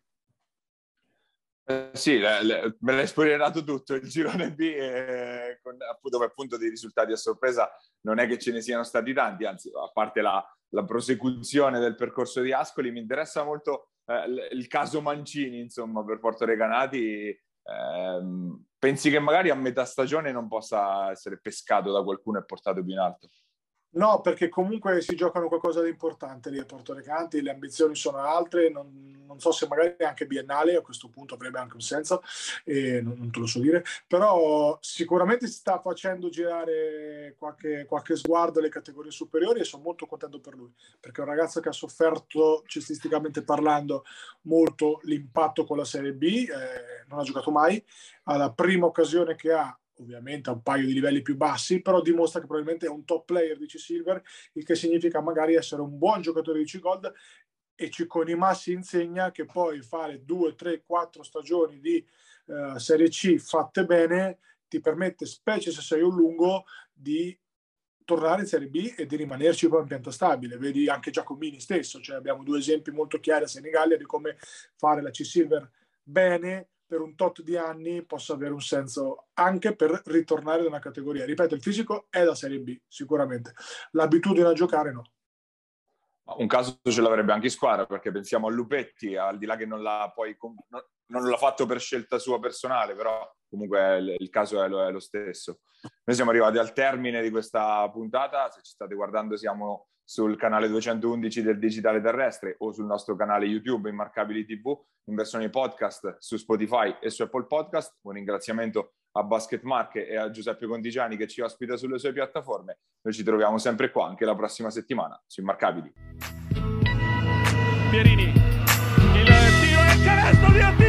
Eh, sì, le, le, me l'hai spoilerato tutto. Il girone B, eh, con, appunto, dove appunto dei risultati a sorpresa non è che ce ne siano stati tanti, anzi, a parte la, la prosecuzione del percorso di Ascoli, mi interessa molto eh, il caso Mancini, insomma, per Porto Recanati. Eh, pensi che magari a metà stagione non possa essere pescato da qualcuno e portato più in alto? No, perché comunque si giocano qualcosa di importante lì a Porto Recanati, le ambizioni sono altre, non, non so se magari anche biennale a questo punto avrebbe anche un senso, e non, non te lo so dire, però sicuramente si sta facendo girare qualche, qualche sguardo alle categorie superiori, e sono molto contento per lui, perché è un ragazzo che ha sofferto cestisticamente parlando molto l'impatto con la Serie B, eh, non ha giocato mai, alla prima occasione che ha, ovviamente a un paio di livelli più bassi, però dimostra che probabilmente è un top player di C-Silver, il che significa magari essere un buon giocatore di C-Gold, e Cicconi Massi insegna che poi fare due, tre, quattro stagioni di uh, Serie C fatte bene ti permette, specie se sei un lungo, di tornare in Serie B e di rimanerci poi in pianta stabile. Vedi anche Giacomini stesso, cioè abbiamo due esempi molto chiari a Senigallia di come fare la C-Silver bene per un tot di anni possa avere un senso anche per ritornare da una categoria. Ripeto, il fisico è da Serie B, sicuramente. L'abitudine a giocare no. Un caso ce l'avrebbe anche in squadra, perché pensiamo a Lupetti, al di là che non l'ha poi non l'ha fatto per scelta sua personale, però comunque il caso è lo, è lo stesso. Noi siamo arrivati al termine di questa puntata. Se ci state guardando siamo sul canale duecentoundici del Digitale Terrestre o sul nostro canale YouTube Immarcabili tivù in versione podcast su Spotify e su Apple Podcast. Un ringraziamento a Basket Marche e a Giuseppe Contigiani che ci ospita sulle sue piattaforme. Noi ci troviamo sempre qua anche la prossima settimana su Immarcabili. Pierini, il tiro e il canestro di Attila!